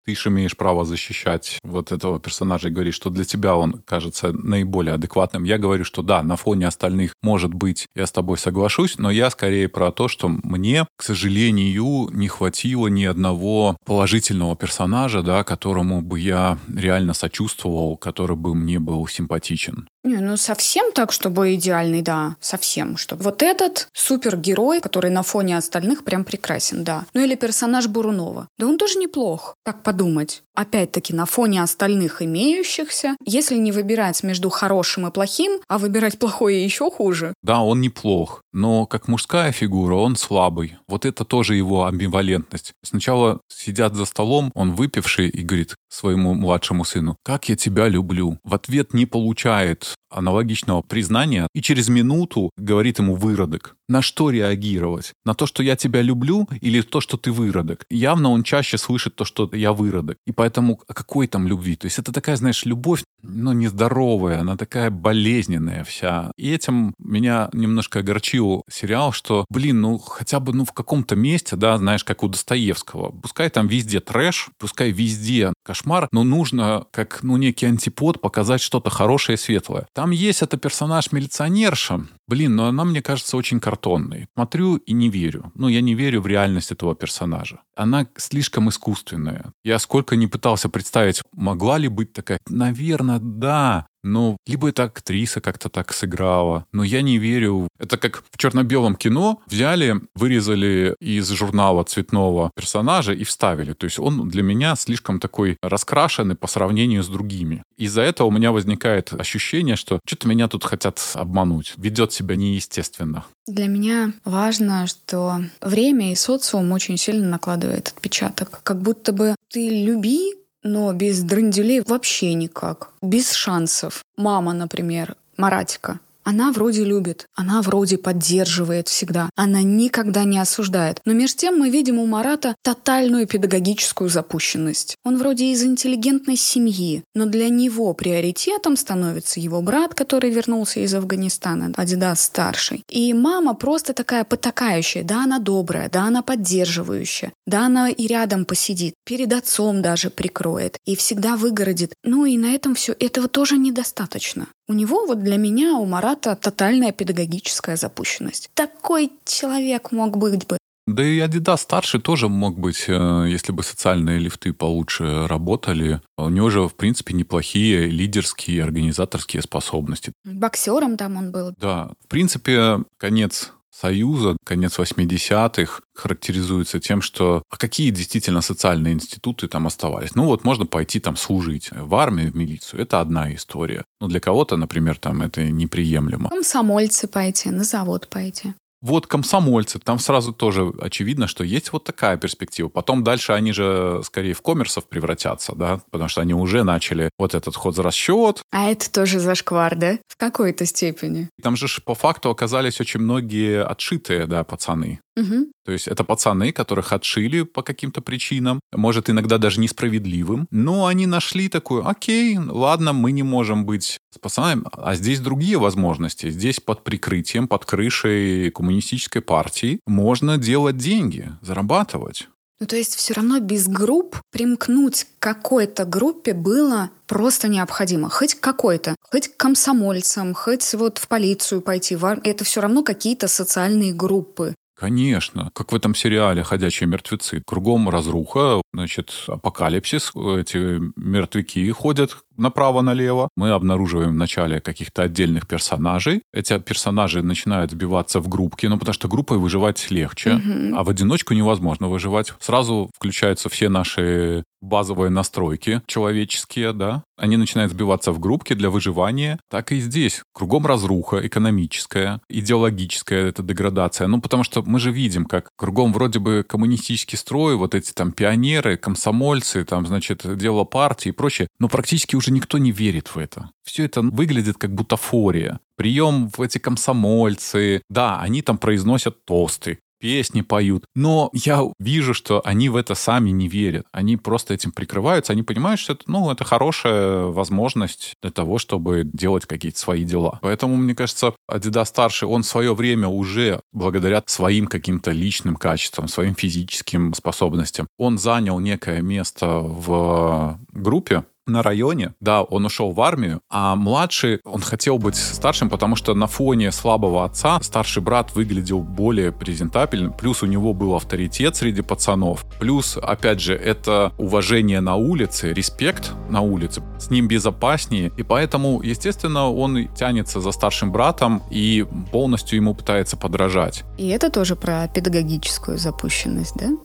[SPEAKER 1] ты же имеешь право защищать вот этого персонажа и говорить, что для тебя он кажется наиболее адекватным. Я говорю, что да, на фоне остальных, может быть, я с тобой соглашусь, но я скорее про то, что мне, к сожалению, не хватило ни одного положительного персонажа, да, которому бы я реально сочувствовал, который бы мне был симпатичен.
[SPEAKER 2] Не, ну совсем так, чтобы идеальный, да, совсем. Чтобы вот этот супергерой, который на фоне остальных прям прекрасен, да. Ну или персонаж Бурунова. Да он тоже неплох, так подумать. Опять-таки, на фоне остальных имеющихся, если не выбирать между хорошим и плохим, а выбирать плохое еще хуже.
[SPEAKER 1] Да, он неплох, но как мужская фигура он слабый. Вот это тоже его амбивалентность. Сначала сидят за столом, он выпивший и говорит своему младшему сыну: «Как я тебя люблю». В ответ не получает аналогичного признания и через минуту говорит ему выродок. На что реагировать? На то, что я тебя люблю, или то, что ты выродок? Явно он чаще слышит то, что я выродок. И поэтому о какой там любви? То есть это такая, знаешь, любовь, ну, нездоровая, она такая болезненная вся. И этим меня немножко огорчил сериал, что, блин, ну, хотя бы, ну, в каком-то месте, да, знаешь, как у Достоевского. Пускай там везде трэш, пускай везде кошмар, но нужно, как, ну, некий антипод показать что-то хорошее и светлое. Там есть это персонаж-милиционерша. Блин, но она, мне кажется, очень картонной. Смотрю и не верю. Ну, я не верю в реальность этого персонажа. Она слишком искусственная. Я сколько не пытался представить, могла ли быть такая. Наверное, да. Но либо эта актриса как-то так сыграла, но я не верю. Это как в черно-белом кино взяли, вырезали из журнала цветного персонажа и вставили. То есть он для меня слишком такой раскрашенный по сравнению с другими. Из-за этого у меня возникает ощущение, что что-то меня тут хотят обмануть. Ведет себя неестественно.
[SPEAKER 2] Для меня важно, что время и социум очень сильно накладывает отпечаток. Как будто бы ты люби, но без драндюлей вообще никак. Без шансов. Мама, например, Маратика. Она вроде любит, она вроде поддерживает всегда, она никогда не осуждает. Но между тем мы видим у Марата тотальную педагогическую запущенность. Он вроде из интеллигентной семьи, но для него приоритетом становится его брат, который вернулся из Афганистана, Адидас-старший. И мама просто такая потакающая. Да, она добрая, да, она поддерживающая, да, она и рядом посидит, перед отцом даже прикроет и всегда выгородит. Ну и на этом все. Этого тоже недостаточно. У него, вот для меня, у Марата тотальная педагогическая запущенность. Такой человек мог быть бы.
[SPEAKER 1] Да и Адидас старший тоже мог быть, если бы социальные лифты получше работали. У него же, в принципе, неплохие лидерские, организаторские способности.
[SPEAKER 2] Боксером там он был.
[SPEAKER 1] Да, в принципе, конец Союза, конец восьмидесятых характеризуется тем, что а какие действительно социальные институты там оставались? Ну вот можно пойти там служить в армию, в милицию. Это одна история. Но для кого-то, например, там это неприемлемо.
[SPEAKER 2] Комсомольцы пойти, на завод пойти.
[SPEAKER 1] Вот комсомольцы, там сразу тоже очевидно, что есть вот такая перспектива. Потом дальше они же скорее в коммерсов превратятся, да, потому что они уже начали вот этот хозрасчет.
[SPEAKER 2] А это тоже зашквар, да? В какой-то степени.
[SPEAKER 1] Там же по факту оказались очень многие отшитые, да, пацаны.
[SPEAKER 2] Угу.
[SPEAKER 1] То есть это пацаны, которых отшили по каким-то причинам, может, иногда даже несправедливым, но они нашли такую: окей, ладно, мы не можем быть с пацанами, а здесь другие возможности. Здесь под прикрытием, под крышей коммунистической партии можно делать деньги, зарабатывать.
[SPEAKER 2] Ну, то есть все равно без групп примкнуть к какой-то группе было просто необходимо. Хоть к какой-то, хоть к комсомольцам, хоть вот в полицию пойти. Это все равно какие-то социальные группы.
[SPEAKER 1] Конечно. Как в этом сериале «Ходячие мертвецы». Кругом разруха, значит, апокалипсис. Эти мертвяки ходят направо-налево. Мы обнаруживаем вначале каких-то отдельных персонажей. Эти персонажи начинают сбиваться в группки, ну, потому что группой выживать легче, mm-hmm. а в одиночку невозможно выживать. Сразу включаются все наши базовые настройки человеческие, да. Они начинают сбиваться в группки для выживания. Так и здесь. Кругом разруха экономическая, идеологическая эта деградация. Ну, потому что мы же видим, как кругом вроде бы коммунистический строй, вот эти там пионеры, комсомольцы, там, значит, дело партии и прочее. Но практически уже никто не верит в это. Все это выглядит как бутафория. Прием в эти комсомольцы. Да, они там произносят тосты. песни поют. Но я вижу, что они в это сами не верят. Они просто этим прикрываются. Они понимают, что это, ну, это хорошая возможность для того, чтобы делать какие-то свои дела. Поэтому, мне кажется, Адидас-старший, он в свое время уже, благодаря своим каким-то личным качествам, своим физическим способностям, он занял некое место в группе, на районе. Да, он ушел в армию, а младший, он хотел быть старшим, потому что на фоне слабого отца старший брат выглядел более презентабельным, плюс у него был авторитет среди пацанов, плюс, опять же, это уважение на улице, респект на улице, с ним безопаснее, и поэтому, естественно, он тянется за старшим братом и полностью ему пытается подражать.
[SPEAKER 2] И это тоже про педагогическую запущенность, да?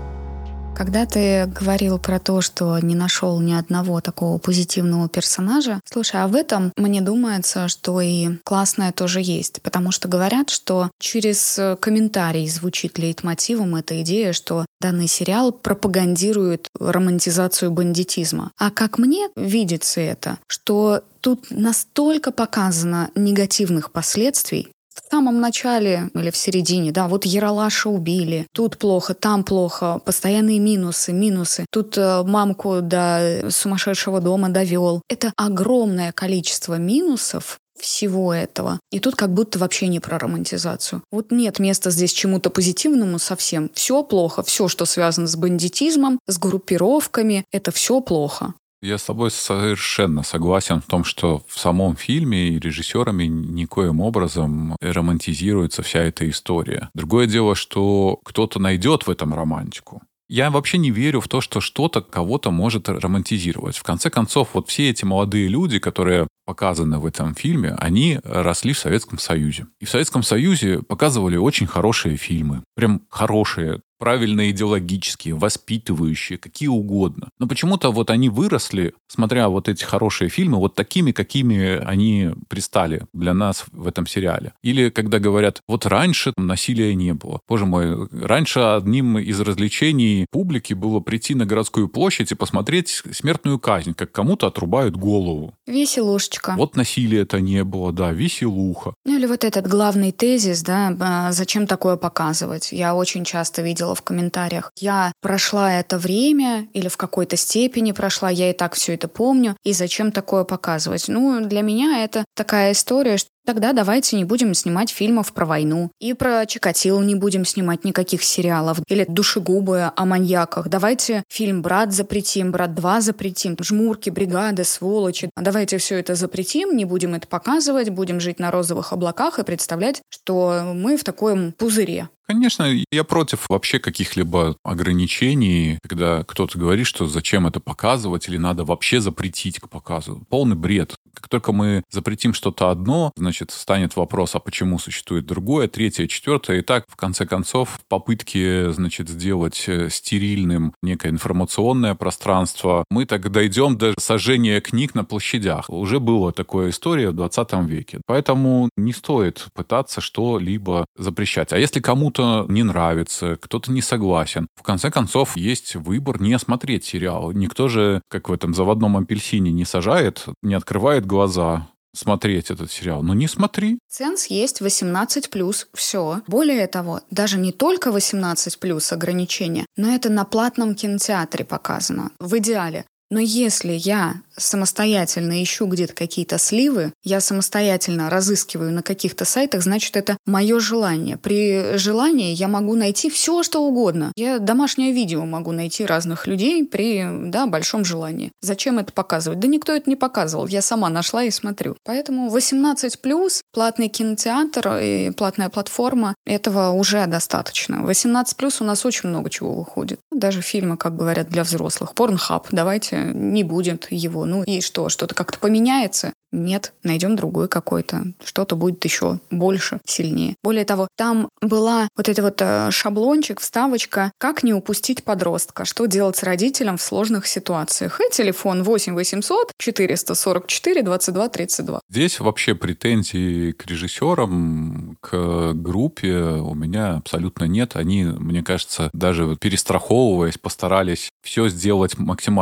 [SPEAKER 2] Когда ты говорил про то, что не нашел ни одного такого позитивного персонажа, слушай, а в этом мне думается, что и классное тоже есть. Потому что говорят, что через комментарий звучит лейтмотивом эта идея, что данный сериал пропагандирует романтизацию бандитизма. А как мне видится это, что тут настолько показано негативных последствий, в самом начале или в середине, да, вот Ералаша убили, тут плохо, там плохо, постоянные минусы, минусы, тут э, мамку до сумасшедшего дома довел. Это огромное количество минусов всего этого. И тут как будто вообще не про романтизацию. Вот нет места здесь чему-то позитивному совсем. Все плохо, все, что связано с бандитизмом, с группировками, это все плохо.
[SPEAKER 1] Я с тобой совершенно согласен в том, что в самом фильме и режиссерами никоим образом романтизируется вся эта история. Другое дело, что кто-то найдет в этом романтику. Я вообще не верю в то, что что-то кого-то может романтизировать. В конце концов, вот все эти молодые люди, которые показаны в этом фильме, они росли в Советском Союзе. И в Советском Союзе показывали очень хорошие фильмы. Прям хорошие, правильно идеологические, воспитывающие, какие угодно. Но почему-то вот они выросли, смотря вот эти хорошие фильмы, вот такими, какими они пристали для нас в этом сериале. Или когда говорят, вот раньше насилия не было. Боже мой, раньше одним из развлечений публики было прийти на городскую площадь и посмотреть смертную казнь, как кому-то отрубают голову.
[SPEAKER 2] Веселушечка.
[SPEAKER 1] Вот насилия-то не было, да, веселуха.
[SPEAKER 2] Ну или вот этот главный тезис, да, зачем такое показывать? Я очень часто видела в комментариях. Я прошла это время, или в какой-то степени прошла, я и так все это помню, и зачем такое показывать? Ну, для меня это такая история, что тогда давайте не будем снимать фильмов про войну. И про Чикатило не будем снимать никаких сериалов. Или душегубы о маньяках. Давайте фильм «Брат» запретим, «Брат два» запретим. Жмурки, бригады, сволочи. Давайте все это запретим, не будем это показывать, будем жить на розовых облаках и представлять, что мы в таком пузыре.
[SPEAKER 1] Конечно, я против вообще каких-либо ограничений, когда кто-то говорит, что зачем это показывать, или надо вообще запретить к показу. Полный бред. Как только мы запретим что-то одно, значит, станет вопрос, а почему существует другое, третье, четвертое. И так, в конце концов, в попытке, значит, сделать стерильным некое информационное пространство, мы так дойдем до сожжения книг на площадях. Уже была такая история в двадцатом веке. Поэтому не стоит пытаться что-либо запрещать. А если кому-то не нравится, кто-то не согласен. В конце концов, есть выбор не смотреть сериал. Никто же, как в этом «Заводном апельсине», не сажает, не открывает глаза смотреть этот сериал. Ну, не смотри.
[SPEAKER 2] Ценз есть восемнадцать плюс, все. Более того, даже не только восемнадцать плюс ограничения, но это на платном кинотеатре показано. В идеале. Но если я самостоятельно ищу где-то какие-то сливы, я самостоятельно разыскиваю на каких-то сайтах, значит, это мое желание. При желании я могу найти все, что угодно. Я домашнее видео могу найти разных людей при, да, большом желании. Зачем это показывать? Да никто это не показывал. Я сама нашла и смотрю. Поэтому восемнадцать плюс, платный кинотеатр и платная платформа, этого уже достаточно. восемнадцать плюс у нас очень много чего выходит. Даже фильмы, как говорят, для взрослых. Порнхаб, давайте не будет его. Ну и что? Что-то как-то поменяется? Нет, найдем другой какой-то. Что-то будет еще больше, сильнее. Более того, там была вот этот вот шаблончик, вставочка, как не упустить подростка, что делать с родителем в сложных ситуациях. И телефон восемь восемьсот четыреста сорок четыре двадцать два тридцать два.
[SPEAKER 1] Здесь вообще претензий к режиссерам, к группе у меня абсолютно нет. Они, мне кажется, даже перестраховываясь, постарались все сделать максимально. Даже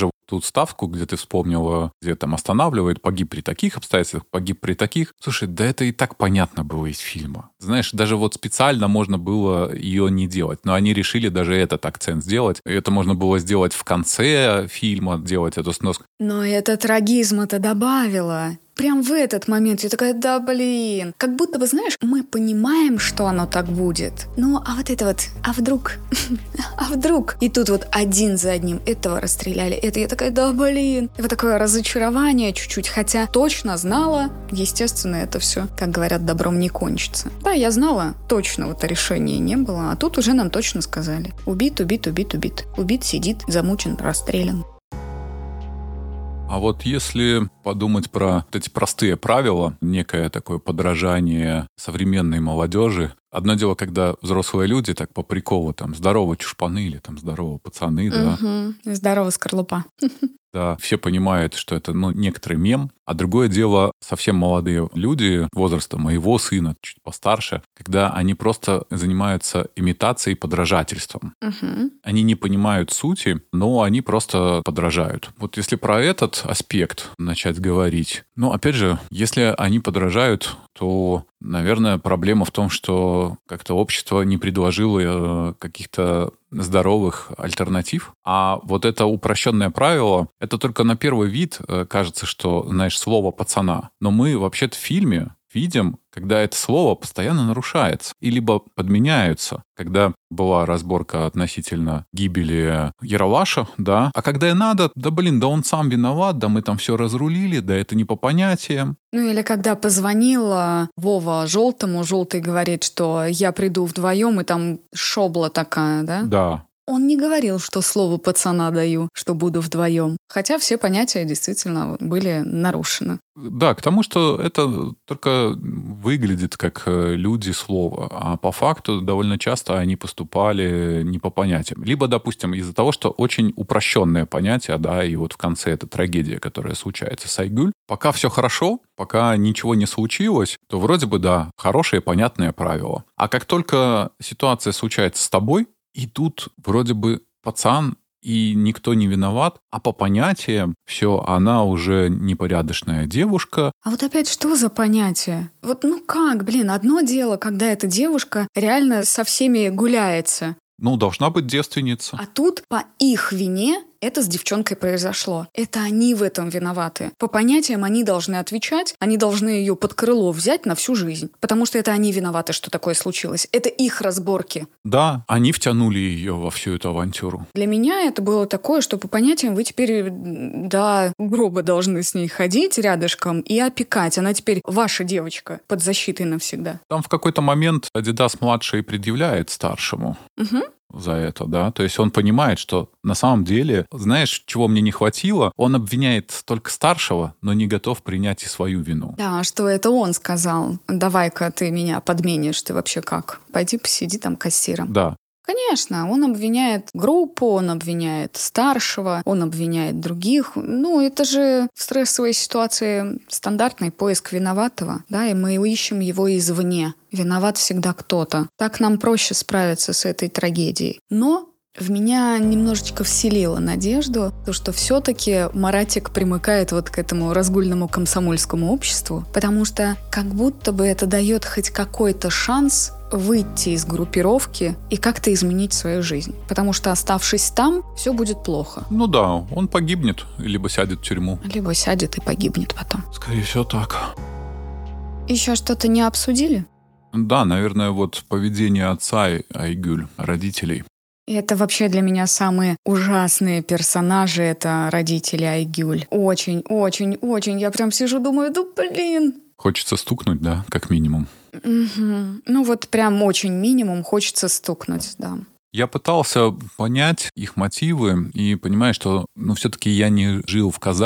[SPEAKER 1] даже ту ставку, где ты вспомнила, где там останавливает, погиб при таких обстоятельствах, погиб при таких. Слушай, да это и так понятно было из фильма. Знаешь, даже вот специально можно было ее не делать, но они решили даже этот акцент сделать. И это можно было сделать в конце фильма, делать эту сноску.
[SPEAKER 2] Но это трагизм это добавило. Прям в этот момент я такая, да блин. Как будто бы, знаешь, мы понимаем, что оно так будет. Ну, а вот это вот, а вдруг? А вдруг? И тут вот один за одним этого расстреляли, это я такая, да блин. И вот такое разочарование чуть-чуть, хотя точно знала, естественно, это все, как говорят, добром не кончится. Да, я знала, точно вот решения не было, а тут уже нам точно сказали. Убит, убит, убит, убит. Убит, сидит, замучен, расстрелян.
[SPEAKER 1] А вот если подумать про вот эти простые правила, некое такое подражание современной молодежи. Одно дело, когда взрослые люди так по приколу, там, здорово, чушпаны или там, здорово, пацаны, да.
[SPEAKER 2] Угу. Здорово, скорлупа.
[SPEAKER 1] Да, все понимают, что это, ну, некоторый мем. А другое дело, совсем молодые люди возраста моего сына, чуть постарше, когда они просто занимаются имитацией, подражательством.
[SPEAKER 2] Угу.
[SPEAKER 1] Они не понимают сути, но они просто подражают. Вот если про этот аспект начать говорить, ну, опять же, если они подражают, то, наверное, проблема в том, что как-то общество не предложило каких-то здоровых альтернатив. А вот это упрощенное правило, это только на первый вид кажется, что, знаешь, слово «пацана». Но мы вообще-то в фильме видим, когда это слово постоянно нарушается и либо подменяются. Когда была разборка относительно гибели Ералаша, да, а когда и надо, да блин, да он сам виноват, да мы там все разрулили, да это не по понятиям.
[SPEAKER 2] Ну или когда позвонила Вова Желтому, Желтый говорит, что я приду вдвоем, и там шобла такая, да?
[SPEAKER 1] Да.
[SPEAKER 2] Он не говорил, что слово «пацана» даю, что буду вдвоем. Хотя все понятия действительно были нарушены.
[SPEAKER 1] Да, к тому, что это только выглядит как люди слова, а по факту довольно часто они поступали не по понятиям. Либо, допустим, из-за того, что очень упрощенное понятие, да, и вот в конце эта трагедия, которая случается с Айгуль, пока все хорошо, пока ничего не случилось, то вроде бы, да, хорошее понятное правило. А как только ситуация случается с тобой, и тут вроде бы пацан, и никто не виноват, а по понятиям все, она уже непорядочная девушка.
[SPEAKER 2] А вот опять что за понятие? Вот ну как, блин, одно дело, когда эта девушка реально со всеми гуляется.
[SPEAKER 1] Ну, должна быть девственница.
[SPEAKER 2] А тут по их вине это с девчонкой произошло. Это они в этом виноваты. По понятиям они должны отвечать, они должны ее под крыло взять на всю жизнь. Потому что это они виноваты, что такое случилось. Это их разборки.
[SPEAKER 1] Да, они втянули ее во всю эту авантюру.
[SPEAKER 2] Для меня это было такое, что по понятиям вы теперь до гроба должны с ней ходить рядышком и опекать. Она теперь ваша девочка под защитой навсегда.
[SPEAKER 1] Там в какой-то момент Адидас-младший предъявляет старшему.
[SPEAKER 2] Угу.
[SPEAKER 1] За это, да. То есть он понимает, что на самом деле, знаешь, чего мне не хватило? Он обвиняет только старшего, но не готов принять и свою вину.
[SPEAKER 2] Да, что это он сказал. Давай-ка ты меня подменишь, ты вообще как? Пойди посиди там кассиром.
[SPEAKER 1] Да.
[SPEAKER 2] Конечно, он обвиняет группу, он обвиняет старшего, он обвиняет других. Ну, это же в стрессовой ситуации стандартный поиск виноватого, да, и мы ищем его извне. Виноват всегда кто-то. Так нам проще справиться с этой трагедией. Но в меня немножечко вселило надежду, то, что все-таки Маратик примыкает вот к этому разгульному комсомольскому обществу, потому что как будто бы это дает хоть какой-то шанс выйти из группировки и как-то изменить свою жизнь. Потому что, оставшись там, все будет плохо.
[SPEAKER 1] Ну да, он погибнет, либо сядет в тюрьму.
[SPEAKER 2] Либо сядет и погибнет потом.
[SPEAKER 1] Скорее всего, так.
[SPEAKER 2] Еще что-то не обсудили?
[SPEAKER 1] Да, наверное, вот поведение отца и Айгуль, родителей.
[SPEAKER 2] И это вообще для меня самые ужасные персонажи, это родители Айгуль. Очень, очень, очень. Я прям сижу, думаю, да блин.
[SPEAKER 1] Хочется стукнуть, да, как минимум.
[SPEAKER 2] Угу. Ну вот прям очень минимум хочется стукнуть, да.
[SPEAKER 1] Я пытался понять их мотивы и понимаю, что, ну, все-таки я не жил в Казани,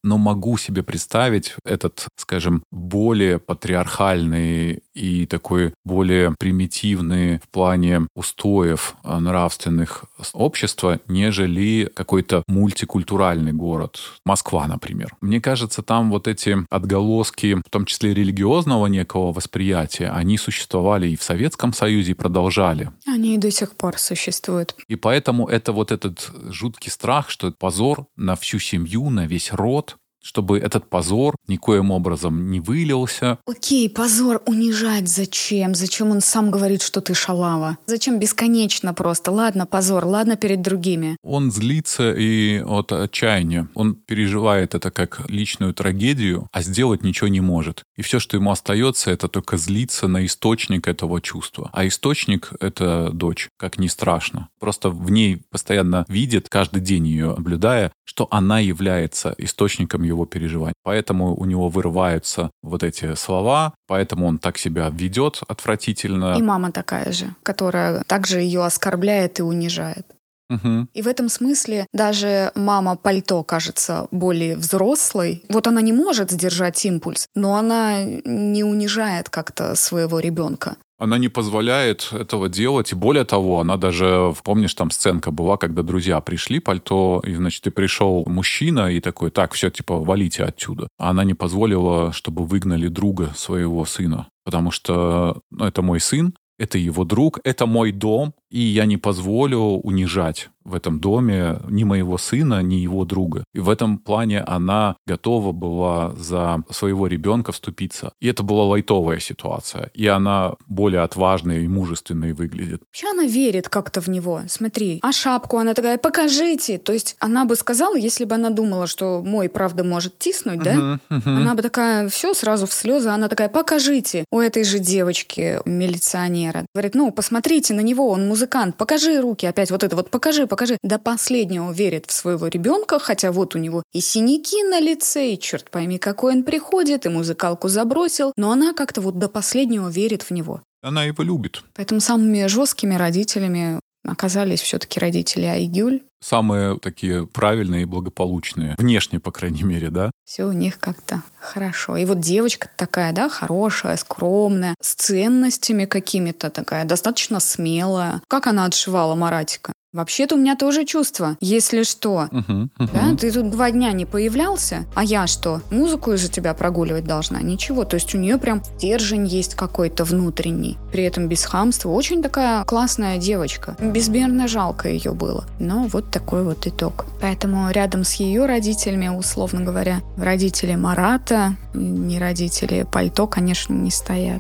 [SPEAKER 1] но могу себе представить этот, скажем, более патриархальный и такой более примитивный в плане устоев нравственных общества, нежели какой-то мультикультуральный город. Москва, например. Мне кажется, там вот эти отголоски, в том числе религиозного некого восприятия, они существовали и в Советском Союзе, и продолжали.
[SPEAKER 2] Они и до сих пор существуют.
[SPEAKER 1] И поэтому это вот этот жуткий страх, что это позор на всю семью, на весь род, чтобы этот позор никоим образом не вылился.
[SPEAKER 2] Окей, позор унижать зачем? Зачем он сам говорит, что ты шалава? Зачем бесконечно просто? Ладно, позор, ладно перед другими.
[SPEAKER 1] Он злится и от отчаяния. Он переживает это как личную трагедию, а сделать ничего не может. И все, что ему остается, это только злиться на источник этого чувства. А источник — это дочь, как ни страшно. Просто в ней постоянно видит, каждый день ее наблюдая, что она является источником его его переживаний. Поэтому у него вырываются вот эти слова, поэтому он так себя ведет отвратительно.
[SPEAKER 2] И мама такая же, которая также ее оскорбляет и унижает.
[SPEAKER 1] Угу.
[SPEAKER 2] И в этом смысле даже мама Пальто кажется более взрослой. Вот она не может сдержать импульс, но она не унижает как-то своего ребенка.
[SPEAKER 1] Она не позволяет этого делать, и более того, она даже, помнишь, там сценка была, когда друзья пришли, Пальто, и, значит, и пришел мужчина, и такой, так, все, типа, валите отсюда. А она не позволила, чтобы выгнали друга своего сына, потому что, ну, это мой сын, это его друг, это мой дом, и я не позволю унижать в этом доме ни моего сына, ни его друга. И в этом плане она готова была за своего ребенка вступиться. И это была лайтовая ситуация. И она более отважной и мужественной выглядит.
[SPEAKER 2] Вообще она верит как-то в него. Смотри, а шапку она такая, покажите. То есть она бы сказала, если бы она думала, что мой, правда, может тиснуть, да?
[SPEAKER 1] Uh-huh, uh-huh.
[SPEAKER 2] Она бы такая, все, сразу в слезы. Она такая, покажите. У этой же девочки, милиционера. Говорит, ну, посмотрите на него, он музыкант. Покажи руки. Опять вот это вот, покажи, покажи. До последнего верит в своего ребенка, хотя вот у него и синяки на лице, и черт пойми, какой он приходит, и музыкалку забросил. Но она как-то вот до последнего верит в него.
[SPEAKER 1] Она его любит.
[SPEAKER 2] Поэтому самыми жесткими родителями оказались все-таки родители Айгюль.
[SPEAKER 1] Самые такие правильные и благополучные. Внешне, по крайней мере, да?
[SPEAKER 2] Все у них как-то хорошо. И вот девочка такая, да, хорошая, скромная, с ценностями какими-то такая, достаточно смелая. Как она отшивала Маратика? Вообще-то у меня тоже чувство, если что.
[SPEAKER 1] Uh-huh, uh-huh.
[SPEAKER 2] Да, ты тут два дня не появлялся, а я что? Музыку из-за тебя прогуливать должна? Ничего. То есть у нее прям стержень есть какой-то внутренний. При этом без хамства. Очень такая классная девочка. Безмерно жалко ее было. Но вот такой вот итог. Поэтому рядом с ее родителями, условно говоря, родители Марата, не родители Пальто, конечно, не стоят.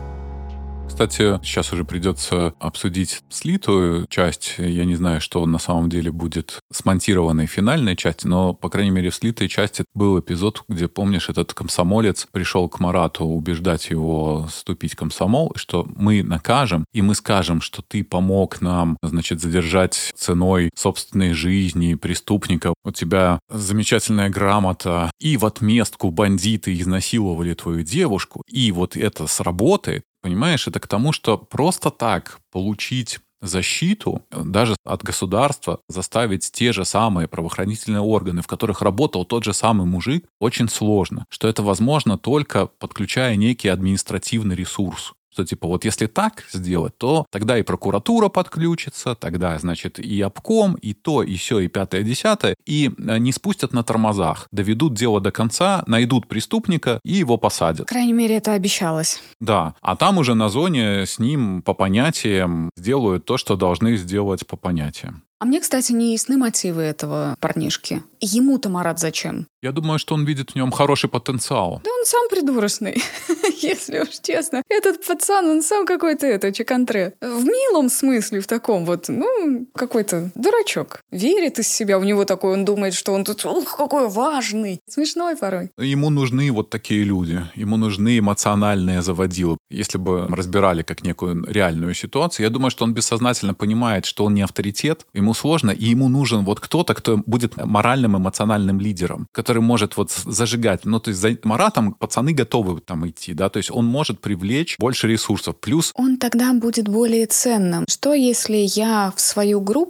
[SPEAKER 1] Кстати, сейчас уже придется обсудить слитую часть. Я не знаю, что на самом деле будет смонтированной финальной части, но, по крайней мере, в слитой части был эпизод, где, помнишь, этот комсомолец пришел к Марату убеждать его вступить в комсомол, что мы накажем, и мы скажем, что ты помог нам, значит, задержать ценой собственной жизни преступника. У тебя замечательная грамота, и в отместку бандиты изнасиловали твою девушку, и вот это сработает. Понимаешь, это к тому, что просто так получить защиту даже от государства, заставить те же самые правоохранительные органы, в которых работал тот же самый мужик, очень сложно. Что это возможно только подключая некий административный ресурс. Что типа вот если так сделать, то тогда и прокуратура подключится, тогда, значит, и обком, и то, и сё, и пятое, десятое, и не спустят на тормозах, доведут дело до конца, найдут преступника и его посадят.
[SPEAKER 2] По крайней мере, это обещалось.
[SPEAKER 1] Да, а там уже на зоне с ним по понятиям сделают то, что должны сделать по понятиям.
[SPEAKER 2] А мне, кстати, не ясны мотивы этого парнишки. Ему-то Марат зачем?
[SPEAKER 1] Я думаю, что он видит в нем хороший потенциал.
[SPEAKER 2] Да он сам придурочный, если уж честно. Этот пацан, он сам какой-то это, чекантре. В милом смысле, в таком вот, ну, какой-то дурачок. Верит из себя, у него такой, он думает, что он тут, ух, какой важный. Смешной порой.
[SPEAKER 1] Ему нужны вот такие люди. Ему нужны эмоциональные заводилы. Если бы разбирали как некую реальную ситуацию, я думаю, что он бессознательно понимает, что он не авторитет, ему сложно, и ему нужен вот кто-то, кто будет моральным, эмоциональным лидером, который может вот зажигать. Ну, то есть за Маратом пацаны готовы там идти, да, то есть он может привлечь больше ресурсов. Плюс...
[SPEAKER 2] Он тогда будет более ценным. Что, если я в свою группу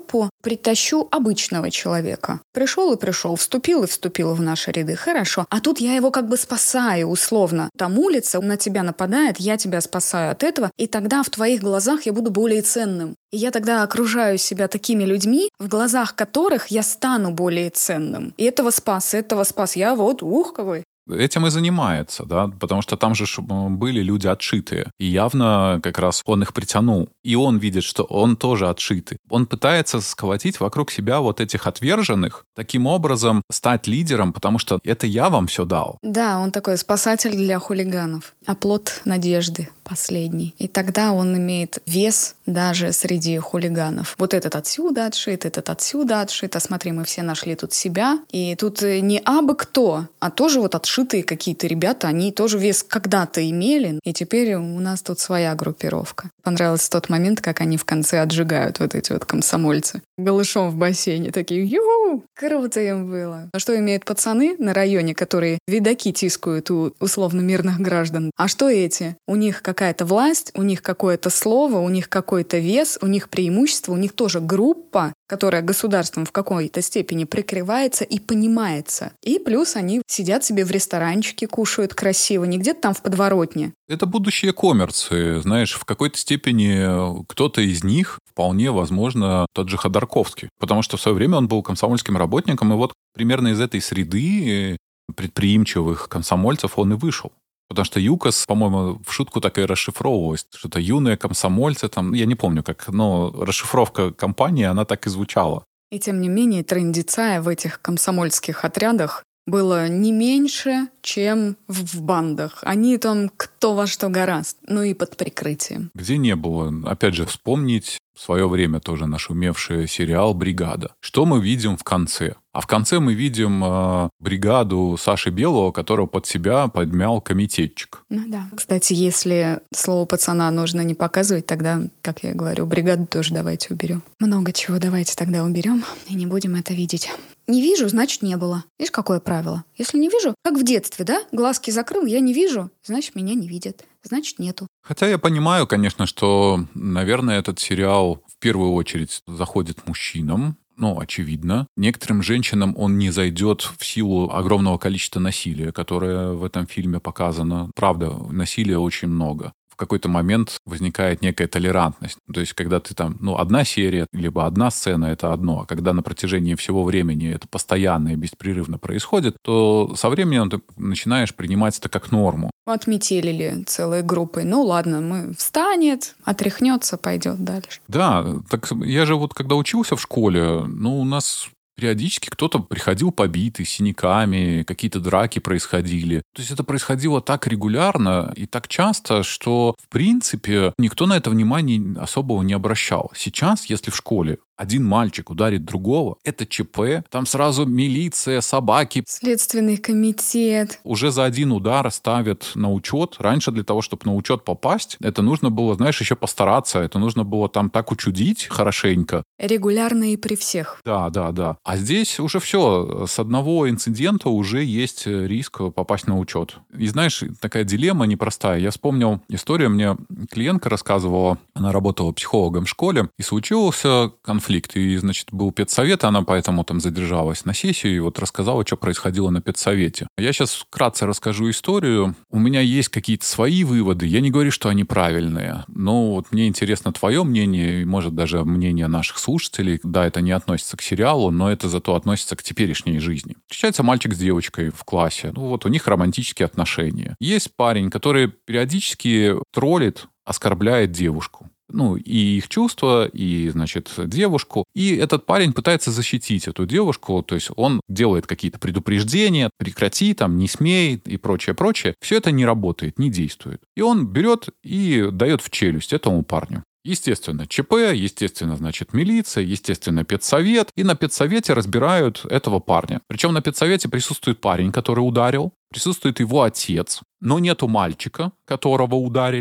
[SPEAKER 2] притащу обычного человека. Пришел и пришел, вступил и вступил в наши ряды. Хорошо. А тут я его как бы спасаю условно. Там улица на тебя нападает, я тебя спасаю от этого, и тогда в твоих глазах я буду более ценным. И я тогда окружаю себя такими людьми, в глазах которых я стану более ценным. И этого спас, этого спас. Я вот, ух, какой.
[SPEAKER 1] Этим и занимается, да, потому что там же были люди отшитые. И явно как раз он их притянул. И он видит, что он тоже отшитый. Он пытается сколотить вокруг себя вот этих отверженных, таким образом стать лидером, потому что это я вам все дал.
[SPEAKER 2] Да, он такой спасатель для хулиганов. Оплот надежды последний. И тогда он имеет вес даже среди хулиганов. Вот этот отсюда отшит, этот отсюда отшит. А смотри, мы все нашли тут себя. И тут не абы кто, а тоже вот отшитые какие-то ребята. Они тоже вес когда-то имели. И теперь у нас тут своя группировка. Понравился тот момент, как они в конце отжигают вот эти вот комсомольцы. Голышом в бассейне. Такие, ю круто им было. А что имеют пацаны на районе, которые видаки тискают у условно мирных граждан? А что эти? У них какая-то власть, у них какое-то слово, у них какой-то вес, у них преимущество, у них тоже группа, которая государством в какой-то степени прикрывается и понимается. И плюс они сидят себе в ресторанчике, кушают красиво, не где-то там в подворотне.
[SPEAKER 1] Это будущее коммерции. Знаешь, в какой-то степени кто-то из них вполне возможно тот же Ходорковский. Потому что в свое время он был комсомольским работником, и вот примерно из этой среды предприимчивых комсомольцев он и вышел. Потому что ЮКОС, по-моему, в шутку так и расшифровывалась. Что-то юные комсомольцы, там, я не помню как, но расшифровка компании, она так и звучала.
[SPEAKER 2] И тем не менее, трындецая в этих комсомольских отрядах было не меньше, чем в бандах. Они там кто во что гораст, ну и под прикрытием.
[SPEAKER 1] Где не было. Опять же, вспомнить в свое время тоже нашумевший сериал «Бригада». Что мы видим в конце? А в конце мы видим э, бригаду Саши Белого, которого под себя подмял комитетчик.
[SPEAKER 2] Ну да. Кстати, если слово «пацана» нужно не показывать, тогда, как я говорю, бригаду тоже давайте уберем. Много чего давайте тогда уберем и не будем это видеть. Не вижу, значит, не было. Видишь, какое правило? Если не вижу, как в детстве, да? Глазки закрыл, я не вижу, значит, меня не видят. Значит, нету.
[SPEAKER 1] Хотя я понимаю, конечно, что, наверное, этот сериал в первую очередь заходит мужчинам. Ну, очевидно. Некоторым женщинам он не зайдет в силу огромного количества насилия, которое в этом фильме показано. Правда, насилия очень много. В какой-то момент возникает некая толерантность. То есть, когда ты там, ну, одна серия, либо одна сцена, это одно. А когда на протяжении всего времени это постоянно и беспрерывно происходит, то со временем ты начинаешь принимать это как норму.
[SPEAKER 2] Отметелили целой группой. Ну, ладно, мы встанет, отряхнется, пойдет дальше.
[SPEAKER 1] Да, так я же вот когда учился в школе, ну, у нас периодически кто-то приходил побитый, с синяками, какие-то драки происходили. То есть это происходило так регулярно и так часто, что, в принципе, никто на это внимания особого не обращал. Сейчас, если в школе один мальчик ударит другого, это ЧП, там сразу милиция, собаки.
[SPEAKER 2] Следственный комитет.
[SPEAKER 1] Уже за один удар ставят на учет. Раньше для того, чтобы на учет попасть, это нужно было, знаешь, еще постараться. Это нужно было там так учудить хорошенько.
[SPEAKER 2] Регулярно и при всех.
[SPEAKER 1] Да, да, да. А здесь уже все. С одного инцидента уже есть риск попасть на учет. И знаешь, такая дилемма непростая. Я вспомнил историю, мне клиентка рассказывала, она работала психологом в школе, и случился конфликт. И, значит, был педсовет, она поэтому там задержалась на сессию и вот рассказала, что происходило на педсовете. Я сейчас вкратце расскажу историю. У меня есть какие-то свои выводы. Я не говорю, что они правильные, но вот мне интересно твое мнение, и, может, даже мнение наших слушателей. Да, это не относится к сериалу, но это зато относится к теперешней жизни. Встречается мальчик с девочкой в классе. Ну вот у них романтические отношения. Есть парень, который периодически троллит, оскорбляет девушку. Ну, и их чувства, и, значит, девушку. И этот парень пытается защитить эту девушку, то есть он делает какие-то предупреждения, прекрати, там, не смей и прочее, прочее. Все это не работает, не действует. И он берет и дает в челюсть этому парню. Естественно, ЧП, естественно, значит, милиция, естественно, педсовет. И на педсовете разбирают этого парня. Причем на педсовете присутствует парень, который ударил, присутствует его отец, но нету мальчика, которого ударили.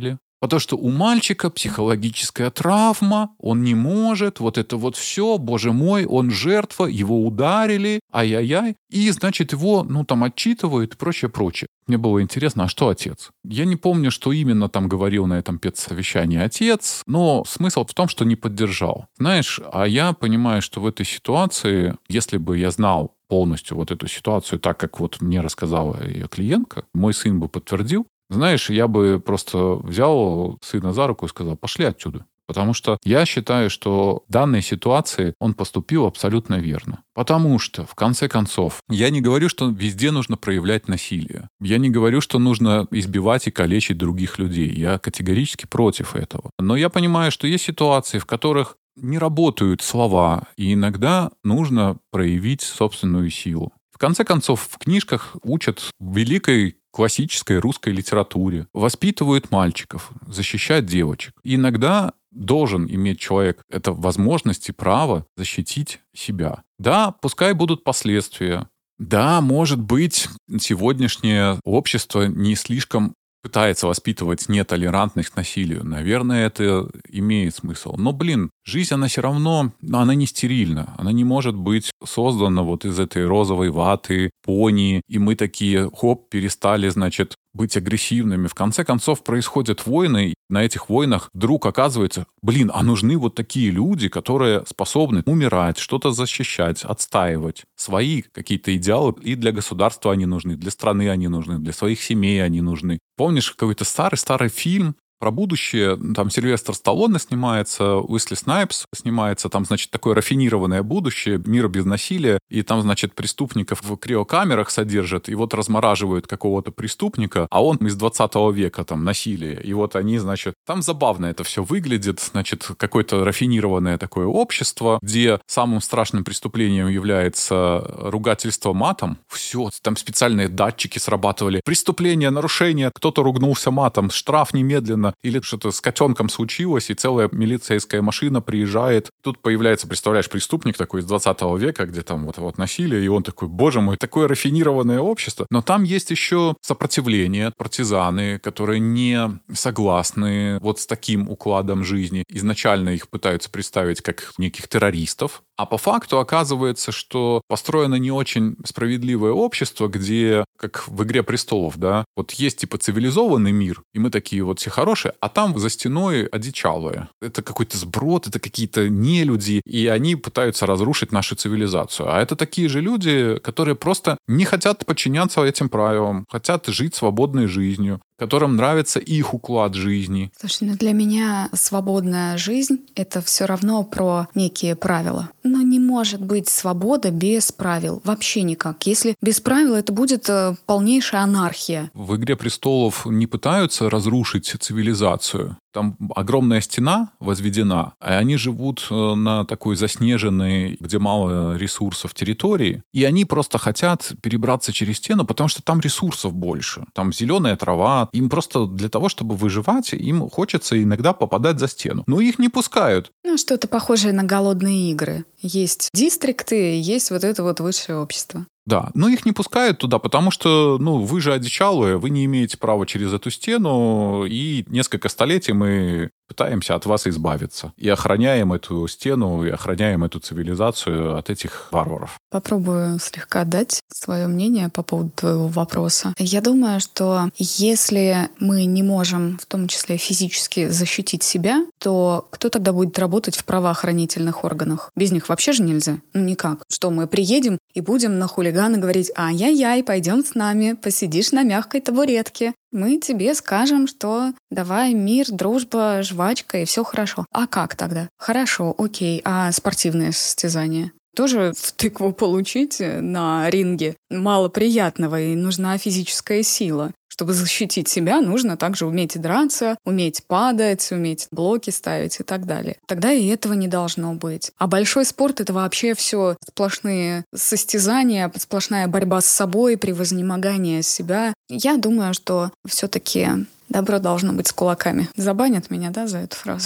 [SPEAKER 1] Потому что у мальчика психологическая травма, он не может, вот это вот все, боже мой, он жертва, его ударили, ай-яй-яй. И, значит, его, ну, там, отчитывают и прочее, прочее. Мне было интересно, а что отец? Я не помню, что именно там говорил на этом педсовещании отец, но смысл в том, что не поддержал. Знаешь, а я понимаю, что в этой ситуации, если бы я знал полностью вот эту ситуацию так, как вот мне рассказала ее клиентка, мой сын бы подтвердил, знаешь, я бы просто взял сына за руку и сказал, пошли отсюда. Потому что я считаю, что в данной ситуации он поступил абсолютно верно. Потому что, в конце концов, я не говорю, что везде нужно проявлять насилие. Я не говорю, что нужно избивать и калечить других людей. Я категорически против этого. Но я понимаю, что есть ситуации, в которых не работают слова, и иногда нужно проявить собственную силу. В конце концов, в книжках учат великой классической русской литературе, воспитывают мальчиков, защищают девочек. И иногда должен иметь человек это возможность и право защитить себя. Да, пускай будут последствия. Да, может быть, сегодняшнее общество не слишком пытается воспитывать нетолерантность к насилию. Наверное, это имеет смысл. Но, блин, жизнь, она все равно, она не стерильна. Она не может быть создана вот из этой розовой ваты, пони, и мы такие, хоп, перестали, значит, быть агрессивными. В конце концов, происходят войны, и на этих войнах вдруг оказывается, блин, а нужны вот такие люди, которые способны умирать, что-то защищать, отстаивать. Свои какие-то идеалы, и для государства они нужны, для страны они нужны, для своих семей они нужны. Помнишь какой-то старый-старый фильм про будущее, там Сильвестр Сталлоне снимается, Уэсли Снайпс снимается, там, значит, такое рафинированное будущее, мир без насилия, и там, значит, преступников в криокамерах содержат, и вот размораживают какого-то преступника, а он из двадцатого века, там, насилие, и вот они, значит, там забавно это все выглядит, значит, какое-то рафинированное такое общество, где самым страшным преступлением является ругательство матом, все, там специальные датчики срабатывали, преступление, нарушение, кто-то ругнулся матом, штраф немедленно, или что-то с котенком случилось, и целая милицейская машина приезжает. Тут появляется, представляешь, преступник такой из двадцатого века, где там вот, вот насилие, и он такой, боже мой, такое рафинированное общество. Но там есть еще сопротивление, партизаны, которые не согласны вот с таким укладом жизни. Изначально их пытаются представить как неких террористов, а по факту оказывается, что построено не очень справедливое общество, где, как в «Игре престолов», да, вот есть типа цивилизованный мир, и мы такие вот все хорошие, а там за стеной одичалые. Это какой-то сброд, это какие-то нелюди, и они пытаются разрушить нашу цивилизацию. А это такие же люди, которые просто не хотят подчиняться этим правилам, хотят жить свободной жизнью, которым нравится их уклад жизни.
[SPEAKER 2] Слушай, ну для меня свободная жизнь — это все равно про некие правила. Но не может быть свобода без правил. Вообще никак. Если без правил, это будет полнейшая анархия.
[SPEAKER 1] В «Игре престолов» не пытаются разрушить цивилизацию. Там огромная стена возведена, а они живут на такой заснеженной, где мало ресурсов территории, и они просто хотят перебраться через стену, потому что там ресурсов больше. Там зеленая трава. Им просто для того, чтобы выживать, им хочется иногда попадать за стену. Но их не пускают.
[SPEAKER 2] Ну, что-то похожее на «Голодные игры». Есть дистрикты, есть вот это вот высшее общество.
[SPEAKER 1] Да, но их не пускают туда, потому что, ну, вы же одичалые, вы не имеете права через эту стену, и несколько столетий мы пытаемся от вас избавиться. И охраняем эту стену, и охраняем эту цивилизацию от этих варваров.
[SPEAKER 2] Попробую слегка дать свое мнение по поводу твоего вопроса. Я думаю, что если мы не можем, в том числе физически, защитить себя, то кто тогда будет работать в правоохранительных органах? Без них вообще же нельзя. Ну, никак. Что, мы приедем и будем на хулигана говорить: ай-яй-яй, пойдем с нами, посидишь на мягкой табуретке. Мы тебе скажем, что давай мир, дружба, жвачка и все хорошо. А как тогда? Хорошо, окей. А спортивные состязания? Тоже в тыкву получить на ринге мало приятного, и нужна физическая сила. Чтобы защитить себя, нужно также уметь драться, уметь падать, уметь блоки ставить и так далее. Тогда и этого не должно быть. А большой спорт — это вообще все сплошные состязания, сплошная борьба с собой, превознемогание себя. Я думаю, что все-таки добро должно быть с кулаками. Забанят меня, да, за эту фразу?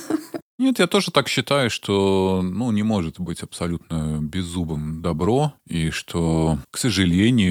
[SPEAKER 1] Нет, я тоже так считаю, что, ну, не может быть абсолютно беззубым добро, и что, к сожалению,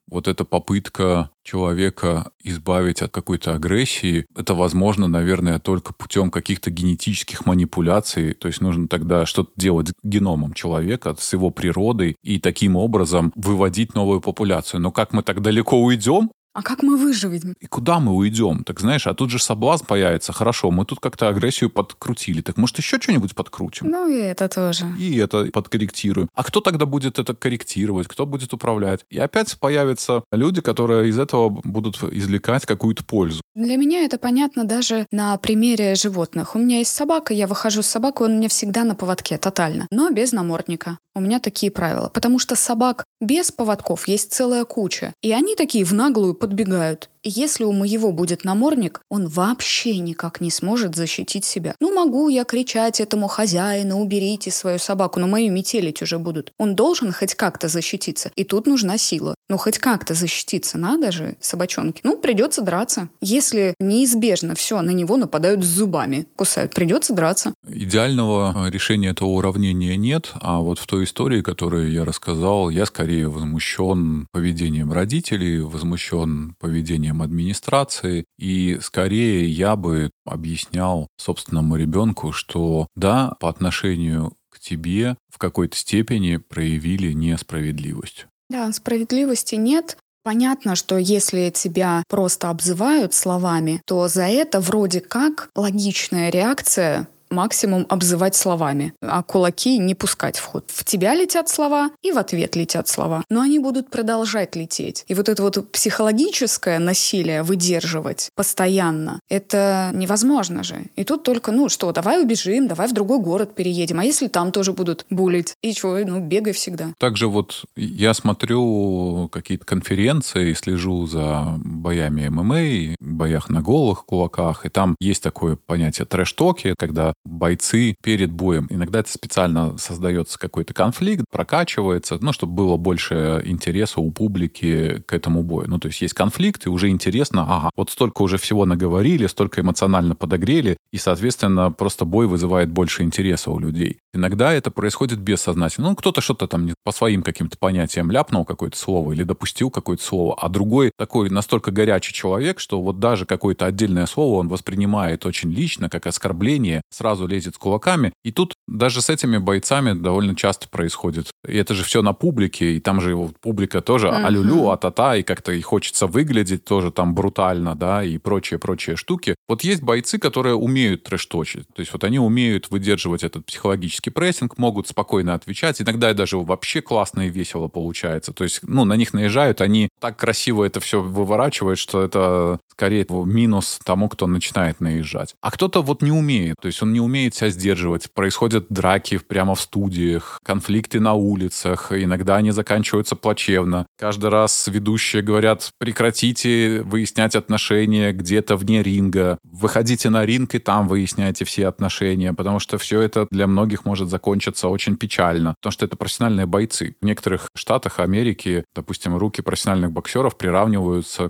[SPEAKER 1] вот эта попытка человека избавить от какой-то агрессии, это возможно, наверное, только путем каких-то генетических манипуляций. То есть нужно тогда что-то делать с геномом человека, с его природой, и таким образом выводить новую популяцию. Но как мы так далеко уйдем?
[SPEAKER 2] А как мы выживем?
[SPEAKER 1] И куда мы уйдем? Так знаешь, а тут же соблазн появится. Хорошо, мы тут как-то агрессию подкрутили. Так может еще что-нибудь подкрутим?
[SPEAKER 2] Ну и это тоже.
[SPEAKER 1] И это подкорректируем. А кто тогда будет это корректировать? Кто будет управлять? И опять появятся люди, которые из этого будут извлекать какую-то пользу.
[SPEAKER 2] Для меня это понятно даже на примере животных. У меня есть собака, я выхожу с собакой, он у меня всегда на поводке, тотально. Но без намордника. У меня такие правила. Потому что собак без поводков есть целая куча. И они такие в наглую подбегают. И если у моего будет намордник, он вообще никак не сможет защитить себя. Ну, могу я кричать этому хозяину, уберите свою собаку, но мою метелить уже будут. Он должен хоть как-то защититься. И тут нужна сила. Ну, хоть как-то защититься надо же, собачонки. Ну, придется драться. Если неизбежно все, на него нападают с зубами, кусают, придется драться.
[SPEAKER 1] Идеального решения этого уравнения нет, а вот в той истории, которую я рассказал, я скорее возмущен поведением родителей, возмущен поведением администрации, и скорее я бы объяснял собственному ребенку, что да, по отношению к тебе в какой-то степени проявили несправедливость.
[SPEAKER 2] Да, справедливости нет. Понятно, что если тебя просто обзывают словами, то за это вроде как логичная реакция максимум обзывать словами, а кулаки не пускать в ход. В тебя летят слова, и в ответ летят слова. Но они будут продолжать лететь. И вот это вот психологическое насилие выдерживать постоянно, это невозможно же. И тут только, ну что, давай убежим, давай в другой город переедем. А если там тоже будут булить? И чего, ну бегай всегда.
[SPEAKER 1] Также вот я смотрю какие-то конференции, слежу за боями эм эм а, боях на голых кулаках, и там есть такое понятие трэш-токи, когда бойцы перед боем. Иногда это специально создается какой-то конфликт, прокачивается, ну, чтобы было больше интереса у публики к этому бою. Ну, то есть есть конфликт, и уже интересно, ага, вот столько уже всего наговорили, столько эмоционально подогрели, и, соответственно, просто бой вызывает больше интереса у людей. Иногда это происходит бессознательно. Ну, кто-то что-то там по своим каким-то понятиям ляпнул какое-то слово или допустил какое-то слово, а другой такой настолько горячий человек, что вот даже какое-то отдельное слово он воспринимает очень лично, как оскорбление, сразу лезет с кулаками. И тут даже с этими бойцами довольно часто происходит. И это же все на публике, и там же его публика тоже uh-huh. алюлю, а-та-та, и как-то и хочется выглядеть тоже там брутально, да, и прочие-прочие штуки. Вот есть бойцы, которые умеют трэш-точить. То есть вот они умеют выдерживать этот психологический прессинг, могут спокойно отвечать. Иногда даже вообще классно и весело получается. То есть, ну, на них наезжают, они так красиво это все выворачивают, что это скорее минус тому, кто начинает наезжать. А кто-то вот не умеет. То есть он не умеет себя сдерживать. Происходят драки прямо в студиях, конфликты на улицах. Иногда они заканчиваются плачевно. Каждый раз ведущие говорят: прекратите выяснять отношения где-то вне ринга. Выходите на ринг и там выясняйте все отношения. Потому что все это для многих может закончиться очень печально. Потому что это профессиональные бойцы. В некоторых штатах Америки, допустим, руки профессиональных боксеров приравниваются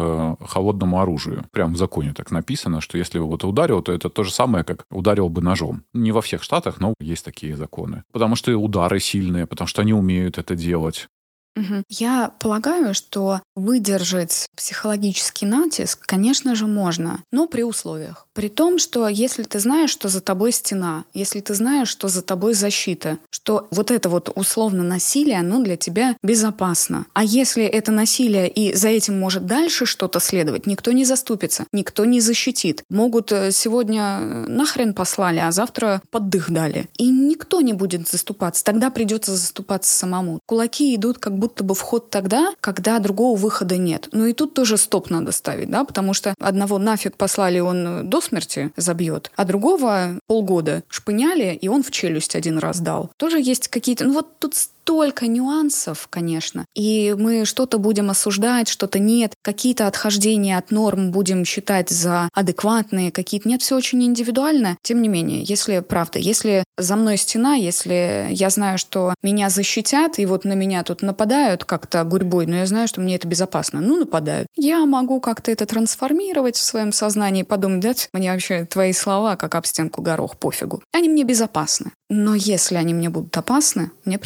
[SPEAKER 1] к холодному оружию. Прям в законе так написано, что если вот ударил, то это то же самое, как ударил бы ножом. Не во всех штатах, но есть такие законы. Потому что удары сильные, потому что они умеют это делать.
[SPEAKER 2] Угу. Я полагаю, что выдержать психологический натиск, конечно же, можно, но при условиях. При том, что если ты знаешь, что за тобой стена, если ты знаешь, что за тобой защита, что вот это вот условно насилие, оно для тебя безопасно. А если это насилие и за этим может дальше что-то следовать, никто не заступится, никто не защитит. Могут сегодня нахрен послали, а завтра под дых дали. И никто не будет заступаться. Тогда придется заступаться самому. Кулаки идут как будто будто бы в ход тогда, когда другого выхода нет. Ну и тут тоже стоп надо ставить, да, потому что одного нафиг послали, он до смерти забьет, а другого полгода шпыняли, и он в челюсть один раз дал. Тоже есть какие-то... Ну вот тут столько нюансов, конечно. И мы что-то будем осуждать, что-то нет. Какие-то отхождения от норм будем считать за адекватные, какие-то нет. Все очень индивидуально. Тем не менее, если, правда, если за мной стена, если я знаю, что меня защитят, и вот на меня тут нападают как-то гурьбой, но я знаю, что мне это безопасно, ну, нападают. Я могу как-то это трансформировать в своем сознании, подумать, да, мне вообще твои слова, как об стенку горох, пофигу. Они мне безопасны. Но если они мне будут опасны, мне придется защищать.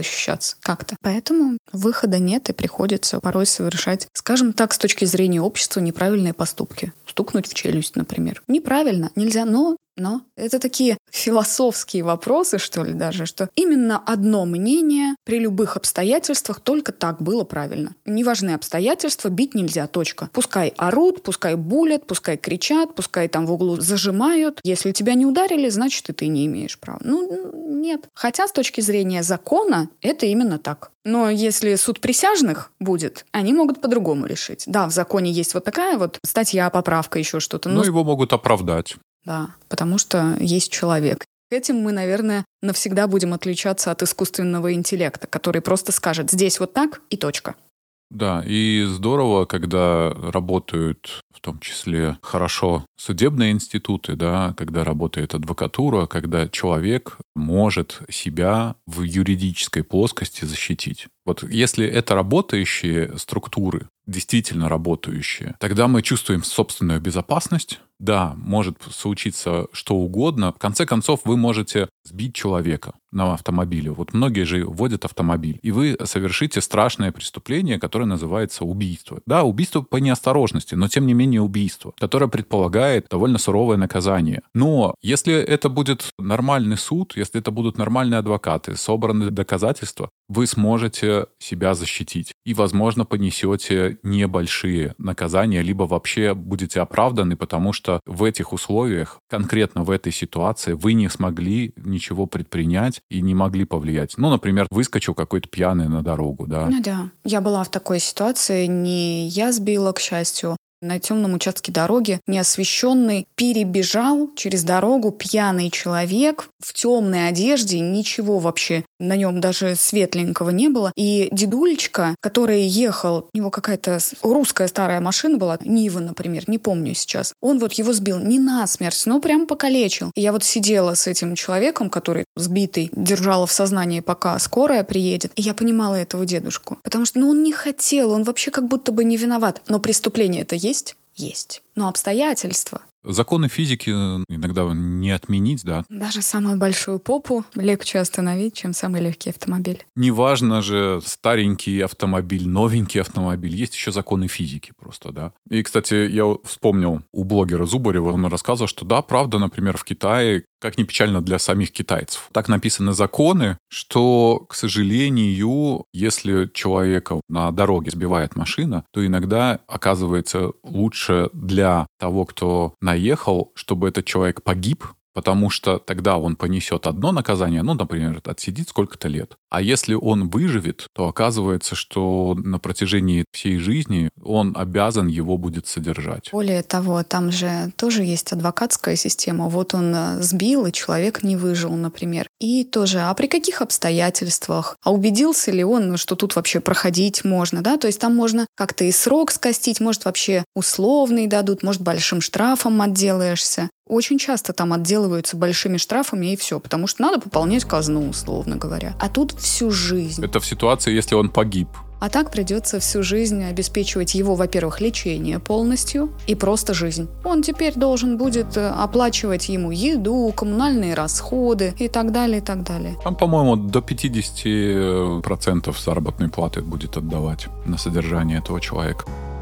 [SPEAKER 2] ощущаться как-то. Поэтому выхода нет, и приходится порой совершать, скажем так, с точки зрения общества, неправильные поступки. Стукнуть в челюсть, например. Неправильно, нельзя, но Но это такие философские вопросы, что ли, даже, что именно одно мнение при любых обстоятельствах только так было правильно. Не важны обстоятельства, бить нельзя, точка. Пускай орут, пускай булят, пускай кричат, пускай там в углу зажимают. Если тебя не ударили, значит, и ты не имеешь права. Ну, нет. Хотя с точки зрения закона это именно так. Но если суд присяжных будет, они могут по-другому решить. Да, в законе есть вот такая вот статья, поправка, еще что-то.
[SPEAKER 1] Но... Ну, его могут оправдать.
[SPEAKER 2] Да, потому что есть человек. Этим мы, наверное, навсегда будем отличаться от искусственного интеллекта, который просто скажет «здесь вот так» и точка.
[SPEAKER 1] Да, и здорово, когда работают в том числе хорошо судебные институты, да, когда работает адвокатура, когда человек может себя в юридической плоскости защитить. Вот если это работающие структуры, действительно работающие, тогда мы чувствуем собственную безопасность. Да, может случиться что угодно. В конце концов, вы можете сбить человека на автомобиле. Вот многие же водят автомобиль. И вы совершите страшное преступление, которое называется убийство. Да, убийство по неосторожности, но тем не менее убийство, которое предполагает довольно суровое наказание. Но если это будет нормальный суд, если это будут нормальные адвокаты, собраны доказательства, вы сможете себя защитить. И, возможно, понесете небольшие наказания, либо вообще будете оправданы, потому что в этих условиях, конкретно в этой ситуации, вы не смогли ничего предпринять и не могли повлиять. Ну, например, выскочил какой-то пьяный на дорогу, да.
[SPEAKER 2] Ну да, я была в такой ситуации, не я сбила, к счастью, на темном участке дороги, неосвещенный, перебежал через дорогу пьяный человек в темной одежде, ничего вообще на нем даже светленького не было. И дедулечка, который ехал, у него какая-то русская старая машина была, Нива, например, не помню сейчас, он вот его сбил не насмерть, но прям покалечил. И я вот сидела с этим человеком, который сбитый, держала в сознании, пока скорая приедет, и я понимала этого дедушку. Потому что ну, он не хотел, он вообще как будто бы не виноват. Но преступление это есть? Есть. Но обстоятельства.
[SPEAKER 1] Законы физики иногда не отменить, да.
[SPEAKER 2] Даже самую большую попу легче остановить, чем самый легкий автомобиль.
[SPEAKER 1] Неважно же, старенький автомобиль, новенький автомобиль. Есть еще законы физики просто, да. И, кстати, я вспомнил у блогера Зубарева, он рассказывал, что да, правда, например, в Китае, как ни печально для самих китайцев, так написаны законы, что, к сожалению, если человека на дороге сбивает машина, то иногда оказывается лучше для того, кто наехал, чтобы этот человек погиб, потому что тогда он понесет одно наказание, ну, например, отсидит сколько-то лет. А если он выживет, то оказывается, что на протяжении всей жизни он обязан его будет содержать.
[SPEAKER 2] Более того, там же тоже есть адвокатская система. Вот он сбил, и человек не выжил, например. И тоже, а при каких обстоятельствах? А убедился ли он, что тут вообще проходить можно, да? То есть там можно как-то и срок скостить, может, вообще условный дадут, может, большим штрафом отделаешься. Очень часто там отделываются большими штрафами и все, потому что надо пополнять казну, условно говоря. А тут всю жизнь.
[SPEAKER 1] Это в ситуации, если он погиб.
[SPEAKER 2] А так придется всю жизнь обеспечивать его, во-первых, лечение полностью и просто жизнь. Он теперь должен будет оплачивать ему еду, коммунальные расходы и так далее, и так далее.
[SPEAKER 1] Там, по-моему, до пятьдесят процентов заработной платы будет отдавать на содержание этого человека.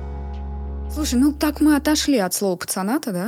[SPEAKER 2] Слушай, ну так мы отошли от слова пацаната, да?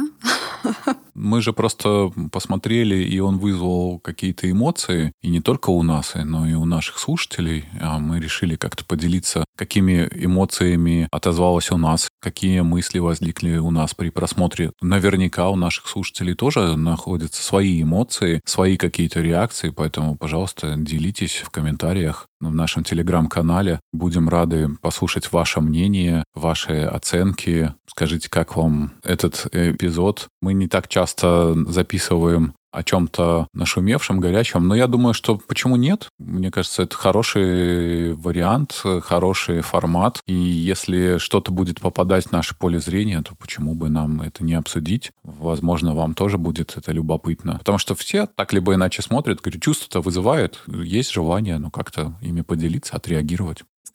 [SPEAKER 1] Мы же просто посмотрели, и он вызвал какие-то эмоции, и не только у нас, но и у наших слушателей. А мы решили как-то поделиться, какими эмоциями отозвалось у нас, какие мысли возникли у нас при просмотре. Наверняка у наших слушателей тоже находятся свои эмоции, свои какие-то реакции, поэтому, пожалуйста, делитесь в комментариях в нашем телеграм-канале. Будем рады послушать ваше мнение, ваши оценки. Скажите, как вам этот эпизод? Мы не так часто записываем о чем-то нашумевшем, горячем, но я думаю, что почему нет? Мне кажется, это хороший вариант, хороший формат, и если что-то будет попадать в наше поле зрения, то почему бы нам это не обсудить? Возможно, вам тоже будет это любопытно. Потому что все так либо иначе смотрят, говорю, чувство-то вызывает, есть желание, ну, как-то ими поделиться, отреагировать.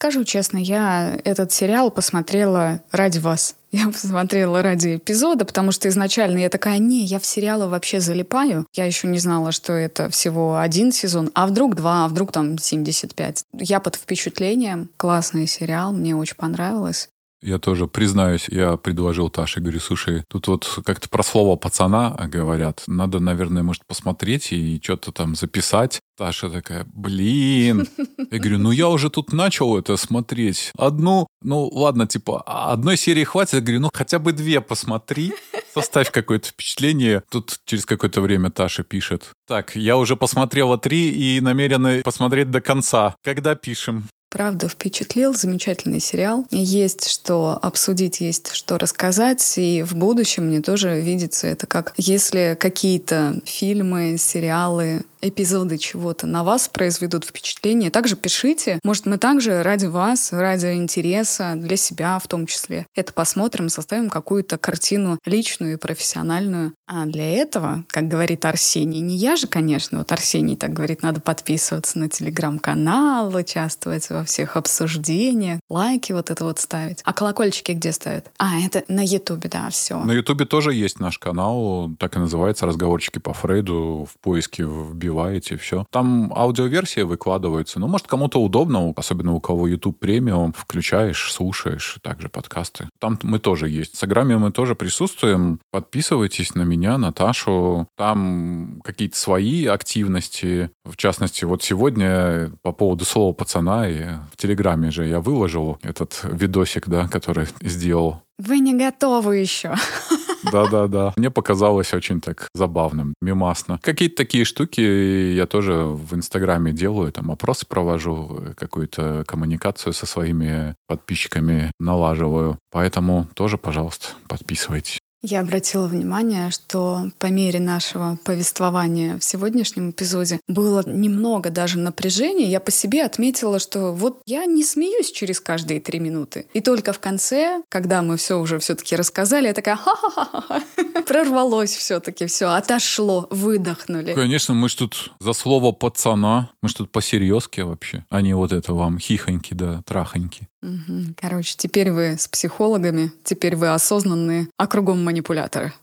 [SPEAKER 2] Скажу честно, я этот сериал посмотрела ради вас. Я посмотрела ради эпизода, потому что изначально я такая, не, я в сериалы вообще залипаю. Я еще не знала, что это всего один сезон, а вдруг два, а вдруг там семьдесят пять. Я под впечатлением. Классный сериал, мне очень понравилось.
[SPEAKER 1] Я тоже признаюсь, я предложил Таше, говорю, слушай, тут вот как-то про слово пацана говорят. Надо, наверное, может, посмотреть и что-то там записать. Таша такая, блин. Я говорю, ну я уже тут начал это смотреть. Одну, ну ладно, типа, одной серии хватит. Я говорю, ну хотя бы две посмотри. Составь какое-то впечатление. Тут через какое-то время Таша пишет. Так, я уже посмотрела три и намерена посмотреть до конца. Когда пишем?
[SPEAKER 2] Правда, впечатлил. Замечательный сериал. Есть что обсудить, есть что рассказать. И в будущем мне тоже видится это как если какие-то фильмы, сериалы, эпизоды чего-то на вас произведут впечатление. Также пишите. Может, мы также ради вас, ради интереса, для себя в том числе, это посмотрим, составим какую-то картину личную и профессиональную. А для этого, как говорит Арсений, не я же, конечно, вот Арсений так говорит, надо подписываться на телеграм-канал, участвовать во всех обсуждениях, лайки вот это вот ставить. А колокольчики где ставят? А, это на Ютубе, да, все.
[SPEAKER 1] На Ютубе тоже есть наш канал, так и называется «Разговорчики по Фрейду». В поиске вбиваете, все. Там аудиоверсия выкладывается. Ну, может, кому-то удобно, особенно у кого YouTube премиум, включаешь, слушаешь также подкасты. Там мы тоже есть. В Инстаграме мы тоже присутствуем. Подписывайтесь на меня, Наташу. Там какие-то свои активности. В частности, вот сегодня по поводу слова пацана и в Телеграме же я выложил этот видосик, да, который сделал.
[SPEAKER 2] Вы не готовы еще.
[SPEAKER 1] Да-да-да. Мне показалось очень так забавным, мемасно. Какие-то такие штуки я тоже в Инстаграме делаю. Там опросы провожу, какую-то коммуникацию со своими подписчиками налаживаю. Поэтому тоже, пожалуйста, подписывайтесь.
[SPEAKER 2] Я обратила внимание, что по мере нашего повествования в сегодняшнем эпизоде было немного даже напряжения. Я по себе отметила, что вот я не смеюсь через каждые три минуты. И только в конце, когда мы все уже все-таки рассказали, я такая ха-ха-ха-ха. Прорвалось все-таки, все, отошло, выдохнули.
[SPEAKER 1] Конечно, мы ж тут за слово пацана, мы ж тут по-серьезки вообще, а не вот это вам хихоньки да трахоньки.
[SPEAKER 2] Угу. Короче, теперь вы с психологами, теперь вы осознанные, а кругом манипуляторы.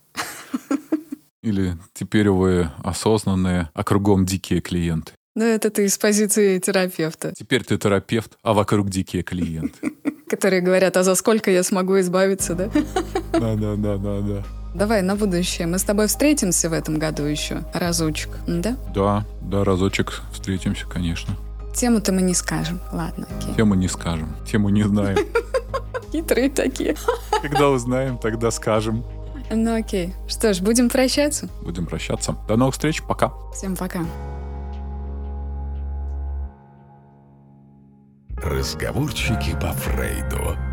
[SPEAKER 1] Или теперь вы осознанные, а кругом дикие клиенты.
[SPEAKER 2] Ну, это ты из позиции терапевта.
[SPEAKER 1] Теперь ты терапевт, а вокруг дикие клиенты.
[SPEAKER 2] Которые говорят, а за сколько я смогу избавиться, да?
[SPEAKER 1] Да-да-да-да-да.
[SPEAKER 2] Давай на будущее. Мы с тобой встретимся в этом году еще разочек, да?
[SPEAKER 1] Да, да, разочек встретимся, конечно.
[SPEAKER 2] Тему-то мы не скажем. Ладно, окей.
[SPEAKER 1] Тему не скажем. Тему не знаем.
[SPEAKER 2] Хитрые такие.
[SPEAKER 1] Когда узнаем, тогда скажем.
[SPEAKER 2] Ну окей. Что ж, будем прощаться?
[SPEAKER 1] Будем прощаться. До новых встреч. Пока.
[SPEAKER 2] Всем пока.
[SPEAKER 3] Разговорчики по Фрейду.